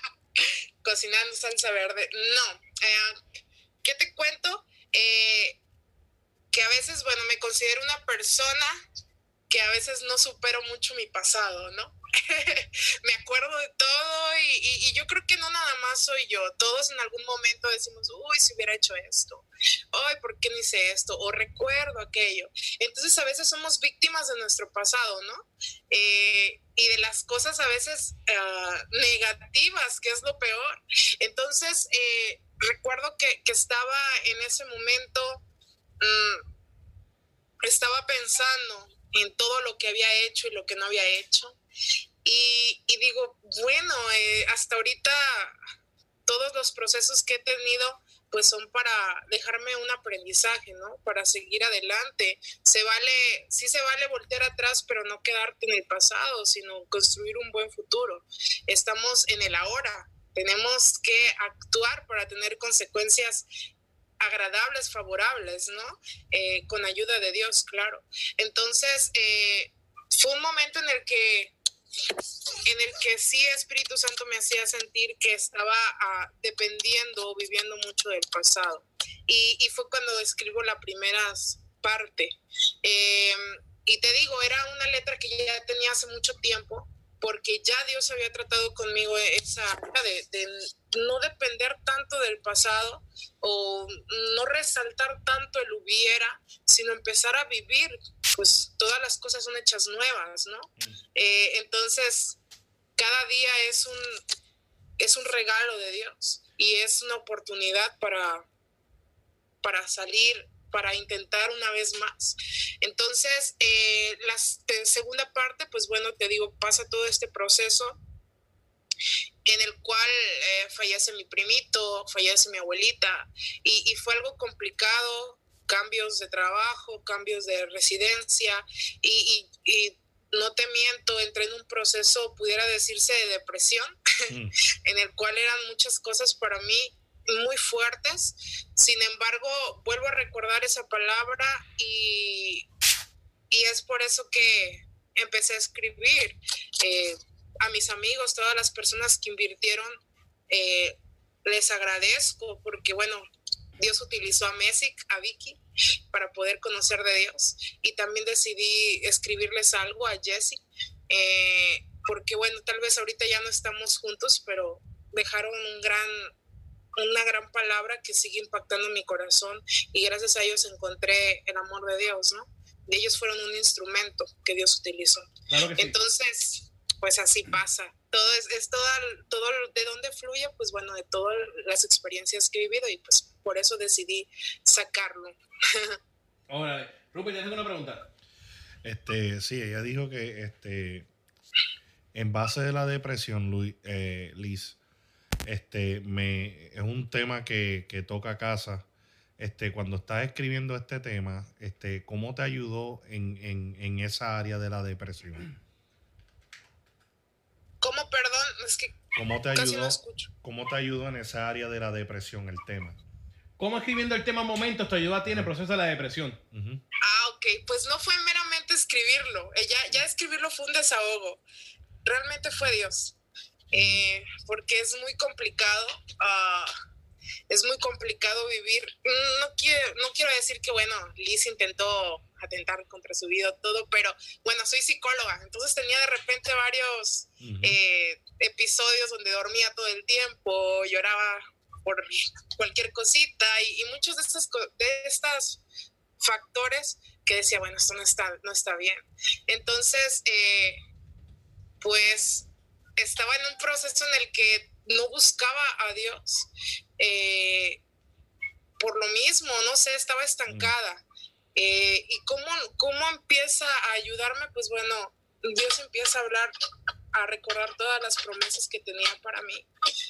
[SPEAKER 5] Cocinando salsa verde. No. Eh, ¿Qué te cuento? Eh, que a veces, bueno, me considero una persona que a veces no supero mucho mi pasado, ¿no? Me acuerdo de todo y, y, y yo creo que no nada más soy yo. Todos en algún momento decimos, uy, si hubiera hecho esto. Ay, ¿por qué no hice esto? O recuerdo aquello. Entonces a veces somos víctimas de nuestro pasado, ¿no? Eh, y de las cosas a veces uh, negativas, que es lo peor. Entonces eh, recuerdo que, que estaba en ese momento, um, estaba pensando en todo lo que había hecho y lo que no había hecho. Y, y digo, bueno, eh, hasta ahorita todos los procesos que he tenido pues son para dejarme un aprendizaje, ¿no? Para seguir adelante. Se vale, sí se vale voltear atrás, pero no quedarte en el pasado, sino construir un buen futuro. Estamos en el ahora. Tenemos que actuar para tener consecuencias agradables, favorables, ¿no? Eh, con ayuda de Dios, claro. Entonces, eh, fue un momento en el que en el que sí Espíritu Santo me hacía sentir que estaba uh, dependiendo o viviendo mucho del pasado. Y, y fue cuando escribo la primera parte. Eh, y te digo, era una letra que ya tenía hace mucho tiempo, porque ya Dios había tratado conmigo esa de, de no depender tanto del pasado o no resaltar tanto el hubiera, sino empezar a vivir, pues todas las cosas son hechas nuevas, ¿no? Mm. Eh, entonces, cada día es un, es un regalo de Dios y es una oportunidad para, para salir, para intentar una vez más. Entonces, eh, la segunda parte, pues bueno, te digo, pasa todo este proceso en el cual eh, fallece mi primito, fallece mi abuelita, y, y fue algo complicado, cambios de trabajo, cambios de residencia, y, y, y no te miento, entré en un proceso, pudiera decirse, de depresión, mm. en el cual eran muchas cosas para mí muy fuertes. Sin embargo, vuelvo a recordar esa palabra y, y es por eso que empecé a escribir. Eh, a mis amigos, todas las personas que invirtieron, eh, les agradezco porque, bueno, Dios utilizó a Mesic, a Vicky, para poder conocer de Dios, y también decidí escribirles algo a Jesse, eh, porque, bueno, tal vez ahorita ya no estamos juntos, pero dejaron un gran, una gran palabra que sigue impactando mi corazón, y gracias a ellos encontré el amor de Dios, ¿no? Y ellos fueron un instrumento que Dios utilizó.
[SPEAKER 4] Claro que sí.
[SPEAKER 5] Entonces, pues así pasa. Todo es, es todo, todo de dónde fluye, pues bueno, de todas las experiencias que he vivido, y pues por eso decidí sacarlo.
[SPEAKER 4] Ahora, Rupert, ¿tienes alguna pregunta?
[SPEAKER 3] Este, sí, ella dijo que este, en base de la depresión, Luis, eh, Liz, este, me, es un tema que, que toca casa. Este, cuando estás escribiendo este tema, este, ¿cómo te ayudó en, en, en esa área de la depresión?
[SPEAKER 5] ¿Cómo, perdón? Es que
[SPEAKER 3] ¿Cómo te
[SPEAKER 5] casi
[SPEAKER 3] ayudó,
[SPEAKER 5] no escucho.
[SPEAKER 3] ¿Cómo te ayudó en esa área de la depresión el tema?
[SPEAKER 4] ¿Cómo escribiendo el tema Momentos te ayudó a ti en el proceso de la depresión?
[SPEAKER 3] Uh-huh.
[SPEAKER 5] Ah, ok. Pues no fue meramente escribirlo. Eh, ya, ya escribirlo fue un desahogo. Realmente fue Dios. Eh, porque es muy complicado. Uh, es muy complicado vivir. No quiero, no quiero decir que, bueno, Liz intentó atentar contra su vida, todo, pero bueno, soy psicóloga, entonces tenía de repente varios uh-huh. eh, episodios donde dormía todo el tiempo, lloraba por cualquier cosita, y, y muchos de estos, de estos factores que decía, bueno, esto no está, no está bien. Entonces, eh, pues estaba en un proceso en el que no buscaba a Dios, eh, por lo mismo, no sé, estaba estancada. Uh-huh. Eh, ¿Y cómo, cómo empieza a ayudarme? Pues bueno, Dios empieza a hablar, a recordar todas las promesas que tenía para mí.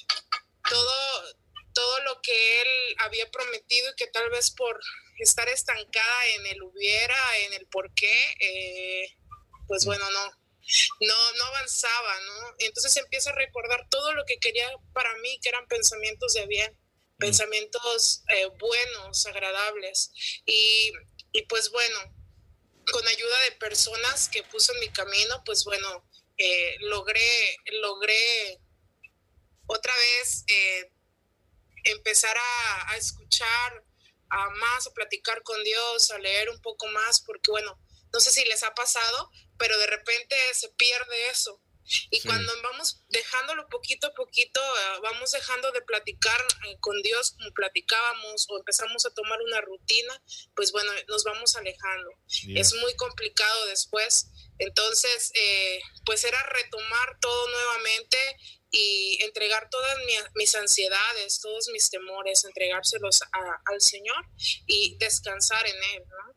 [SPEAKER 5] Todo, todo lo que Él había prometido, y que tal vez por estar estancada en el hubiera, en el por qué, eh, pues bueno, no, no, no avanzaba, ¿no? Entonces empieza a recordar todo lo que quería para mí, que eran pensamientos de bien, mm. pensamientos eh, buenos, agradables. Y Y pues bueno, con ayuda de personas que puso en mi camino, pues bueno, eh, logré, logré otra vez eh, empezar a, a escuchar a más, a platicar con Dios, a leer un poco más, porque bueno, no sé si les ha pasado, pero de repente se pierde eso. Y sí. Cuando vamos dejándolo poquito a poquito, uh, vamos dejando de platicar uh, con Dios como platicábamos, o empezamos a tomar una rutina, pues bueno, nos vamos alejando. Yeah. Es muy complicado después. Entonces, eh, pues era retomar todo nuevamente y entregar todas mi, mis ansiedades, todos mis temores, entregárselos a, al Señor y descansar en Él, ¿no?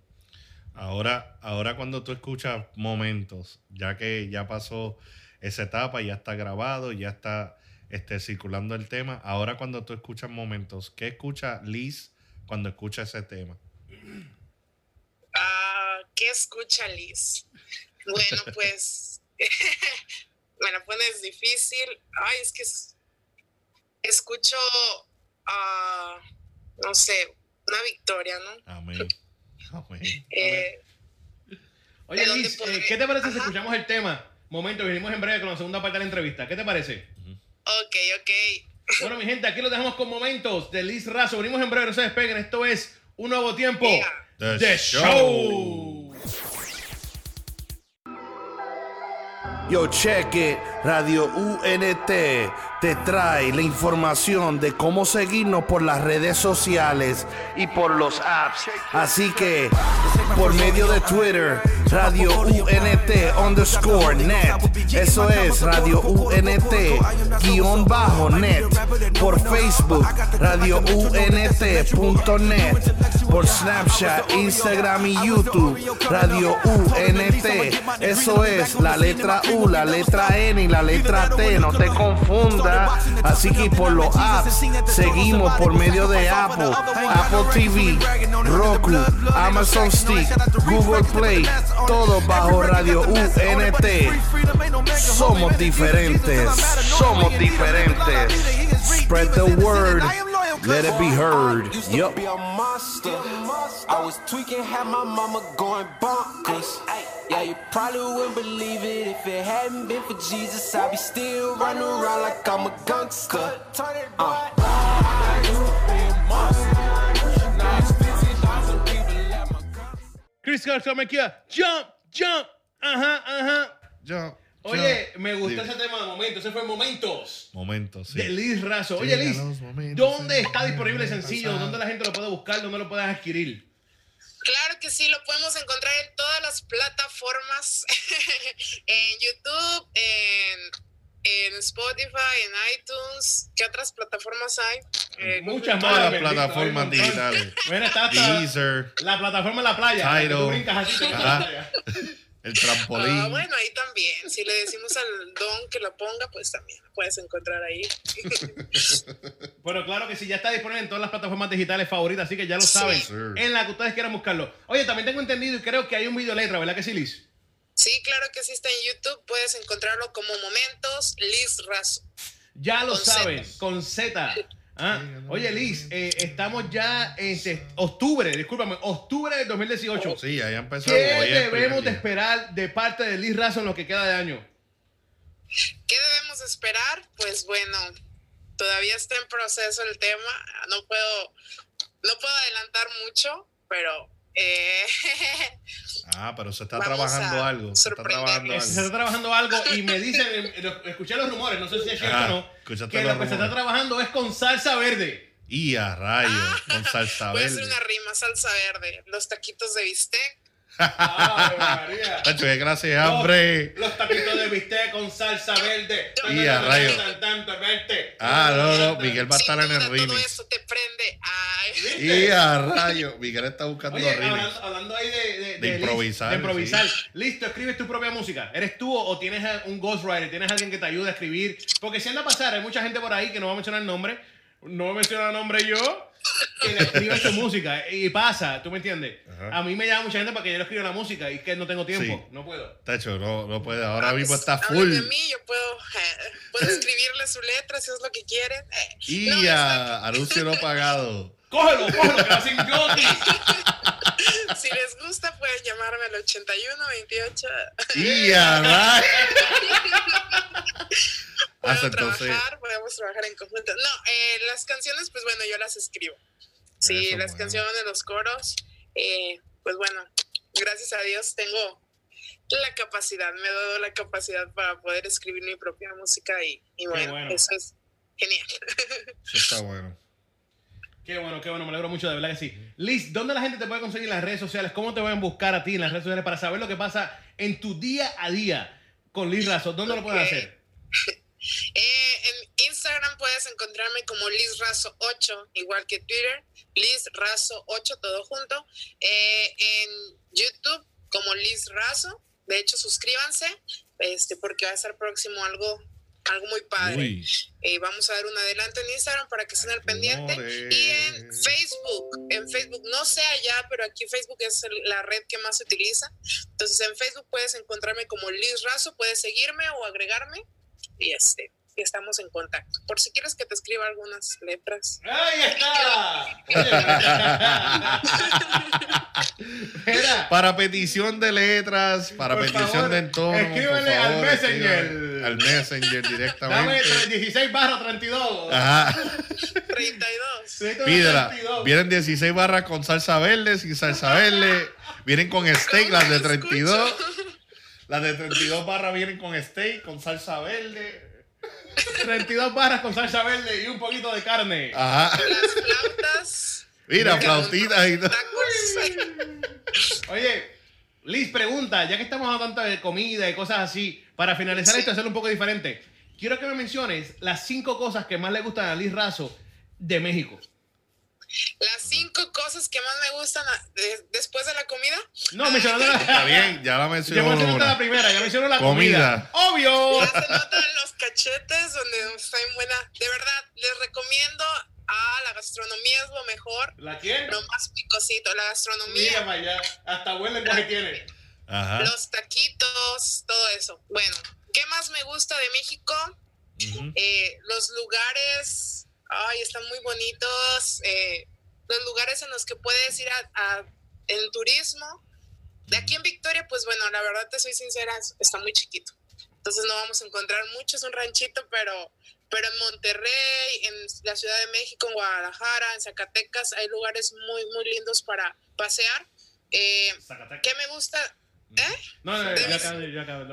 [SPEAKER 3] Ahora, ahora cuando tú escuchas Momentos, ya que ya pasó esa etapa, ya está grabado, ya está este, circulando el tema, ahora cuando tú escuchas Momentos, ¿qué escucha Liz cuando escucha ese tema?
[SPEAKER 5] Uh, ¿Qué escucha Liz? Bueno, pues me la pones difícil. Ay, es que es, escucho, uh, no sé, una victoria, ¿no?
[SPEAKER 3] Amén.
[SPEAKER 5] Eh,
[SPEAKER 4] Oye, Liz, eh, ¿qué te parece Ajá. si escuchamos el tema? Momento, venimos en breve con la segunda parte de la entrevista. ¿Qué te parece?
[SPEAKER 5] Ok, ok.
[SPEAKER 4] Bueno, mi gente, aquí lo dejamos con Momentos de Liz Razo. Venimos en breve, no se despeguen. Esto es Un Nuevo Tiempo
[SPEAKER 3] de
[SPEAKER 4] yeah.
[SPEAKER 3] Show.
[SPEAKER 4] show.
[SPEAKER 6] Yo, check it, Radio U N T te trae la información de cómo seguirnos por las redes sociales y por los apps. Así que, por medio de Twitter, Radio U N T underscore net. Eso es Radio U N T guión bajo net. Por Facebook, Radio U N T punto net. por Snapchat, Instagram y YouTube. Radio U N T. Eso es la letra U, la letra N y la letra T. No te confunda. Así que por los apps seguimos por medio de Apple, Apple T V, Roku, Amazon Stick, Google Play. Todo bajo Radio U N T. Somos diferentes. Somos diferentes. Spread the word. Let it be heard. Yup.
[SPEAKER 7] I was tweaking, had my mama going bonkers. Yeah, you probably wouldn't believe it if it hadn't been for Jesus. I'd be still running around like I'm a gangster. Uh.
[SPEAKER 4] Chris Garza me queda. Jump, jump. Ajá, ajá.
[SPEAKER 3] Jump.
[SPEAKER 4] Oye,
[SPEAKER 3] jump.
[SPEAKER 4] me gustó
[SPEAKER 3] Sí.
[SPEAKER 4] ese tema de momentos. Ese fue Momentos.
[SPEAKER 3] Momentos, sí.
[SPEAKER 4] De Liz Razo. Oye,
[SPEAKER 3] Llegan
[SPEAKER 4] Liz,
[SPEAKER 3] los momentos
[SPEAKER 4] ¿dónde
[SPEAKER 3] en
[SPEAKER 4] está
[SPEAKER 3] que
[SPEAKER 4] disponible el
[SPEAKER 3] me
[SPEAKER 4] sencillo?
[SPEAKER 3] pasa.
[SPEAKER 4] ¿Dónde la gente lo puede buscar? ¿Dónde lo puedes adquirir?
[SPEAKER 5] Claro que sí, lo podemos encontrar en todas las plataformas, en YouTube, en, en Spotify, en iTunes. ¿Qué otras plataformas hay? Eh,
[SPEAKER 4] Muchas
[SPEAKER 3] Todas
[SPEAKER 4] más.
[SPEAKER 3] las
[SPEAKER 4] bendito,
[SPEAKER 3] plataformas
[SPEAKER 4] hay un montón.
[SPEAKER 3] digitales.
[SPEAKER 4] Bueno, está hasta
[SPEAKER 3] Deezer,
[SPEAKER 4] la plataforma en la playa. la que tú
[SPEAKER 3] Tidal.
[SPEAKER 4] brincas así, te
[SPEAKER 3] Ajá.
[SPEAKER 4] playa.
[SPEAKER 3] el trampolín.
[SPEAKER 5] Ah, bueno, ahí también. Si le decimos al don que lo ponga, pues también lo puedes encontrar ahí.
[SPEAKER 4] Bueno, claro que sí, ya está disponible en todas las plataformas digitales favoritas, así que ya lo
[SPEAKER 5] Sí.
[SPEAKER 4] saben.
[SPEAKER 3] Sir.
[SPEAKER 4] En la que ustedes quieran buscarlo. Oye, también tengo entendido y creo que hay un video letra, ¿verdad que sí, Liz?
[SPEAKER 5] Sí, claro que sí está en YouTube. Puedes encontrarlo como Momentos Liz Razo.
[SPEAKER 4] Ya lo
[SPEAKER 5] Con
[SPEAKER 4] saben,
[SPEAKER 5] Z.
[SPEAKER 4] con Z. Ah, oye, Liz, eh, estamos ya en se- octubre, discúlpame, octubre del dos mil dieciocho.
[SPEAKER 3] Sí, ya empezamos.
[SPEAKER 4] ¿Qué
[SPEAKER 3] Hoy es el primer
[SPEAKER 4] debemos de
[SPEAKER 3] día.
[SPEAKER 4] esperar de parte de Liz Razo en lo que queda de año?
[SPEAKER 5] ¿Qué debemos esperar? Pues bueno, todavía está en proceso el tema. No puedo, no puedo adelantar mucho, pero eh,
[SPEAKER 3] Ah, pero se está
[SPEAKER 5] Vamos
[SPEAKER 3] trabajando
[SPEAKER 5] a
[SPEAKER 3] algo. Se está trabajando
[SPEAKER 4] Eh,
[SPEAKER 3] algo.
[SPEAKER 4] Se está trabajando algo y me dicen, eh, lo- escuché los rumores, no sé si es cierto
[SPEAKER 3] Ah,
[SPEAKER 4] o no,
[SPEAKER 3] escuchaste
[SPEAKER 4] que
[SPEAKER 3] los
[SPEAKER 4] lo que se está
[SPEAKER 3] rumores.
[SPEAKER 4] trabajando es con salsa verde.
[SPEAKER 3] Y a rayos, con salsa
[SPEAKER 5] voy a hacer
[SPEAKER 3] verde.
[SPEAKER 5] una rima, salsa verde, los taquitos de bistec.
[SPEAKER 4] ¡Ay, María!
[SPEAKER 3] Tacho, qué clase de hambre.
[SPEAKER 4] Los, los taquitos de bistec con salsa verde.
[SPEAKER 3] Y a rayos. Ah, no, no, Miguel va a
[SPEAKER 5] Sin
[SPEAKER 3] estar en el
[SPEAKER 5] duda, todo
[SPEAKER 3] remix.
[SPEAKER 5] esto te prende. Ay.
[SPEAKER 3] Y a rayos, Miguel está buscando
[SPEAKER 4] Oye,
[SPEAKER 3] remix.
[SPEAKER 4] hablando, hablando ahí de, de,
[SPEAKER 3] De
[SPEAKER 4] Liz,
[SPEAKER 3] improvisar,
[SPEAKER 4] de improvisar.
[SPEAKER 3] sí.
[SPEAKER 4] Listo, escribes tu propia música. ¿Eres tú o tienes a- un ghostwriter? ¿Tienes alguien que te ayude a escribir? Porque si anda a pasar, hay mucha gente por ahí que no va a mencionar el nombre. No voy a mencionar el nombre yo. Que le escribe su música. Y pasa, ¿tú me entiendes?
[SPEAKER 3] Ajá.
[SPEAKER 4] A mí me llama mucha gente para que yo le escriba la música y es que no tengo tiempo.
[SPEAKER 3] Sí.
[SPEAKER 4] No puedo.
[SPEAKER 3] Tacho, no, no puede. Ahora mismo
[SPEAKER 5] Pues,
[SPEAKER 3] está
[SPEAKER 5] hablen
[SPEAKER 3] full.
[SPEAKER 5] de mí, yo puedo, eh, puedo escribirle su letra si es lo que quieren. Eh,
[SPEAKER 3] Y
[SPEAKER 5] no,
[SPEAKER 3] a anuncio no pagado.
[SPEAKER 4] ¡Cógelo, cógelo! ¡Que va sin glotis!
[SPEAKER 5] si les gusta, pueden llamarme al ochenta y uno veintiocho.
[SPEAKER 3] Y a rayos.
[SPEAKER 5] Podemos
[SPEAKER 3] Hasta entonces.
[SPEAKER 5] trabajar, podemos trabajar en conjunto. No, eh, las canciones, pues bueno, yo las escribo. Sí,
[SPEAKER 3] Eso,
[SPEAKER 5] las
[SPEAKER 3] bueno.
[SPEAKER 5] canciones, los coros, eh, pues bueno, gracias a Dios tengo la capacidad, me he dado la capacidad para poder escribir mi propia música y, y bueno,
[SPEAKER 4] bueno.
[SPEAKER 5] eso es genial.
[SPEAKER 3] Eso está bueno.
[SPEAKER 4] Qué bueno, qué bueno, me alegro mucho, de verdad que sí. Liz, ¿dónde la gente te puede conseguir en las redes sociales? ¿Cómo te pueden buscar a ti en las redes sociales para saber lo que pasa en tu día a día con Liz Razo? ¿Dónde lo pueden
[SPEAKER 5] Ok.
[SPEAKER 4] hacer?
[SPEAKER 5] Eh, en Instagram puedes encontrarme como Liz Razo ocho, igual que Twitter, Liz Razo ocho, todo junto. Eh, en YouTube como Liz Razo. De hecho, suscríbanse, este, porque va a estar próximo algo, algo muy padre.
[SPEAKER 3] Uy.
[SPEAKER 5] Eh, vamos a dar un adelanto en Instagram para que estén al pendiente.
[SPEAKER 3] Rumores.
[SPEAKER 5] Y en Facebook, en Facebook, no sé allá, pero aquí Facebook es el- la red que más se utiliza. Entonces en Facebook puedes encontrarme como Liz Razo, puedes seguirme o agregarme y este, y estamos en contacto. Por si quieres que te escriba algunas letras.
[SPEAKER 4] ¡Ahí está! Oye, Mira,
[SPEAKER 3] Para petición de letras, para
[SPEAKER 4] Por
[SPEAKER 3] petición
[SPEAKER 4] favor,
[SPEAKER 3] de entono.
[SPEAKER 4] escríbele
[SPEAKER 3] por
[SPEAKER 4] al
[SPEAKER 3] favor,
[SPEAKER 4] Messenger.
[SPEAKER 3] escríbele Al Messenger
[SPEAKER 4] dame
[SPEAKER 3] directamente.
[SPEAKER 4] dieciséis barra treinta y dos.
[SPEAKER 3] Ajá.
[SPEAKER 5] treinta y dos.
[SPEAKER 4] Necesito
[SPEAKER 3] Pídela.
[SPEAKER 4] treinta y dos.
[SPEAKER 3] Vienen dieciséis barras con salsa verde, sin salsa verde. Vienen con steak, las de treinta y dos. Las de treinta y dos barras vienen con steak, con salsa verde.
[SPEAKER 4] treinta y dos barras con salsa verde y un poquito de carne.
[SPEAKER 3] Ajá.
[SPEAKER 5] Las flautas.
[SPEAKER 3] Mira, flautitas y todo.
[SPEAKER 5] Tacos.
[SPEAKER 4] Oye, Liz, pregunta, ya que estamos hablando tanto de comida y cosas así, para finalizar
[SPEAKER 5] Sí.
[SPEAKER 4] esto, hacerlo un poco diferente, quiero que me menciones las cinco cosas que más le gustan a Liz Razo de México.
[SPEAKER 5] Las cinco cosas que más me gustan a- de- después de la comida.
[SPEAKER 4] No, mencionando
[SPEAKER 3] Está
[SPEAKER 4] la...
[SPEAKER 3] bien, ya la
[SPEAKER 4] Ya
[SPEAKER 3] mencionó.
[SPEAKER 4] mencionaste la primera, ya mencionó la comida.
[SPEAKER 3] Comida.
[SPEAKER 4] ¡Obvio!
[SPEAKER 5] Ya se notan los cachetes donde está en buena. De verdad, les recomiendo a la gastronomía, es lo mejor.
[SPEAKER 4] ¿La quién?
[SPEAKER 5] Lo más picosito, la
[SPEAKER 4] Mira
[SPEAKER 5] gastronomía,
[SPEAKER 4] para allá. Hasta buen lenguaje tiene.
[SPEAKER 3] Ajá.
[SPEAKER 5] los taquitos, todo eso. Bueno, ¿qué más me gusta de México?
[SPEAKER 3] Ujú.
[SPEAKER 5] Eh, los lugares, ay, están muy bonitos. eh, los lugares en los que puedes ir a, a- en turismo. De aquí en Victoria, pues bueno, la verdad te soy sincera, es- está muy chiquito. Entonces no vamos a encontrar mucho, es un ranchito, pero, pero en Monterrey, en la Ciudad de México, en Guadalajara, en Zacatecas, hay lugares muy, muy lindos para pasear. Eh, ¿Qué me gusta? ¿Eh?
[SPEAKER 4] No, no, no, ya acabé, ya acabé. No.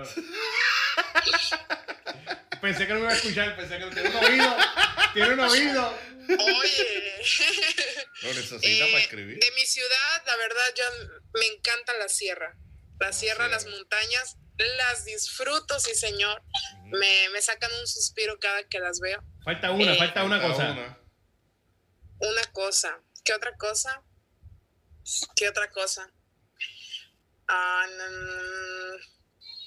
[SPEAKER 4] Pensé que no me iba a escuchar, pensé que tiene un oído. Tiene un oído.
[SPEAKER 5] Oye.
[SPEAKER 3] Lo necesita
[SPEAKER 5] Eh,
[SPEAKER 3] para escribir.
[SPEAKER 5] de mi ciudad, la verdad, yo me encanta la sierra. La sierra, las montañas, las disfruto, sí, señor. Me, me sacan un suspiro cada que las veo.
[SPEAKER 4] Falta una,
[SPEAKER 5] Eh,
[SPEAKER 4] falta una
[SPEAKER 3] Falta
[SPEAKER 4] cosa.
[SPEAKER 3] una.
[SPEAKER 5] Una cosa. ¿Qué otra cosa? ¿Qué otra cosa? Ah, no, no, no.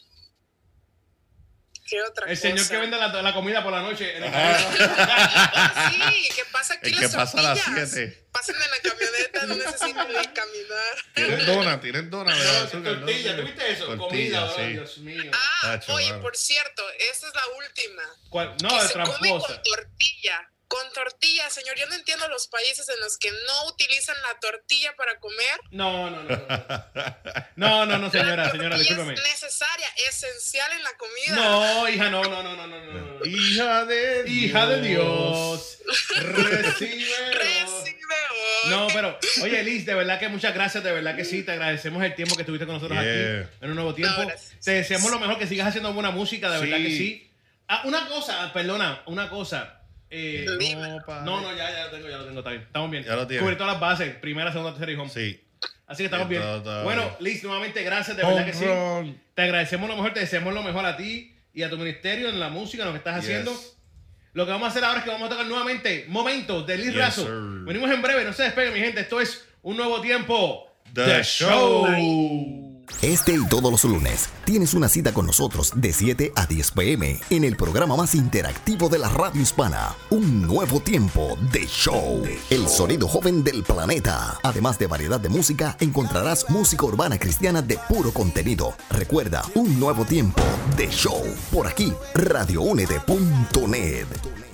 [SPEAKER 5] ¿Qué otra
[SPEAKER 4] El señor
[SPEAKER 5] cosa?
[SPEAKER 4] que vende la, la comida por la noche en el
[SPEAKER 5] Ah, sí, ¿qué pasa aquí?
[SPEAKER 3] El
[SPEAKER 5] las
[SPEAKER 3] que pasa a las
[SPEAKER 5] tortillas?
[SPEAKER 3] siete.
[SPEAKER 5] Pasen en la camioneta, no necesitan ni caminar.
[SPEAKER 3] Tienen dona, tienen dona de
[SPEAKER 4] No,
[SPEAKER 3] azúcar, ¿no?
[SPEAKER 4] tortilla, ¿tú viste eso?
[SPEAKER 3] Tortilla,
[SPEAKER 4] Comida,
[SPEAKER 3] sí.
[SPEAKER 4] oh, Dios mío.
[SPEAKER 5] Ah,
[SPEAKER 3] Tacho,
[SPEAKER 5] oye,
[SPEAKER 3] mano.
[SPEAKER 5] por cierto, esta es la última.
[SPEAKER 4] ¿Cuál? No,
[SPEAKER 5] que
[SPEAKER 4] de
[SPEAKER 5] se come
[SPEAKER 4] tramposa.
[SPEAKER 5] con tortilla. Con tortilla, señor. Yo no entiendo los países en los que no utilizan la tortilla para comer.
[SPEAKER 4] No, no, no. No, no, no, no, señora,
[SPEAKER 5] La
[SPEAKER 4] señora,
[SPEAKER 5] tortilla
[SPEAKER 4] discúlpeme.
[SPEAKER 5] es necesaria, esencial en la comida.
[SPEAKER 4] No, hija, no, no, no, no, no, no.
[SPEAKER 3] Hija de Dios.
[SPEAKER 4] Hija de Dios. Recibe.
[SPEAKER 5] Recibe hoy.
[SPEAKER 4] No, pero, oye, Liz, de verdad que muchas gracias, de verdad que sí, te agradecemos el tiempo que estuviste con nosotros
[SPEAKER 3] Yeah.
[SPEAKER 4] aquí en un nuevo tiempo.
[SPEAKER 5] No, gracias.
[SPEAKER 4] Te deseamos lo mejor, que sigas haciendo buena música, de
[SPEAKER 3] Sí.
[SPEAKER 4] verdad que sí. Ah, una cosa, perdona, una cosa. Eh,
[SPEAKER 5] Dime.
[SPEAKER 3] No, padre.
[SPEAKER 4] no, no, ya, ya lo tengo, ya lo tengo, está bien. Estamos bien.
[SPEAKER 3] Ya lo tienes.
[SPEAKER 4] Cubrir todas las bases, primera, segunda, tercera y home.
[SPEAKER 3] Sí.
[SPEAKER 4] Así que estamos
[SPEAKER 3] Bien,
[SPEAKER 4] bien.
[SPEAKER 3] todo, todo
[SPEAKER 4] Bueno,
[SPEAKER 3] bien.
[SPEAKER 4] Liz, nuevamente gracias, de verdad que sí.
[SPEAKER 3] Home run.
[SPEAKER 4] Te agradecemos lo mejor, te deseamos lo mejor a ti y a tu ministerio en la música, en lo que estás
[SPEAKER 3] Yes.
[SPEAKER 4] haciendo. Lo que vamos a hacer ahora es que vamos a tocar nuevamente momentos de Liz
[SPEAKER 3] Yes,
[SPEAKER 4] Razo.
[SPEAKER 3] sir.
[SPEAKER 4] Venimos en breve, no se despeguen, mi gente. Esto es un nuevo tiempo
[SPEAKER 3] The
[SPEAKER 4] de
[SPEAKER 3] Show.
[SPEAKER 4] show.
[SPEAKER 1] Este y todos los lunes tienes una cita con nosotros de siete a diez p m en el programa más interactivo de la radio hispana, Un Nuevo Tiempo de Show. El sonido joven del planeta. Además de variedad de música, encontrarás música urbana cristiana de puro contenido. Recuerda, Un Nuevo Tiempo de Show. Por aquí, radio únete punto net.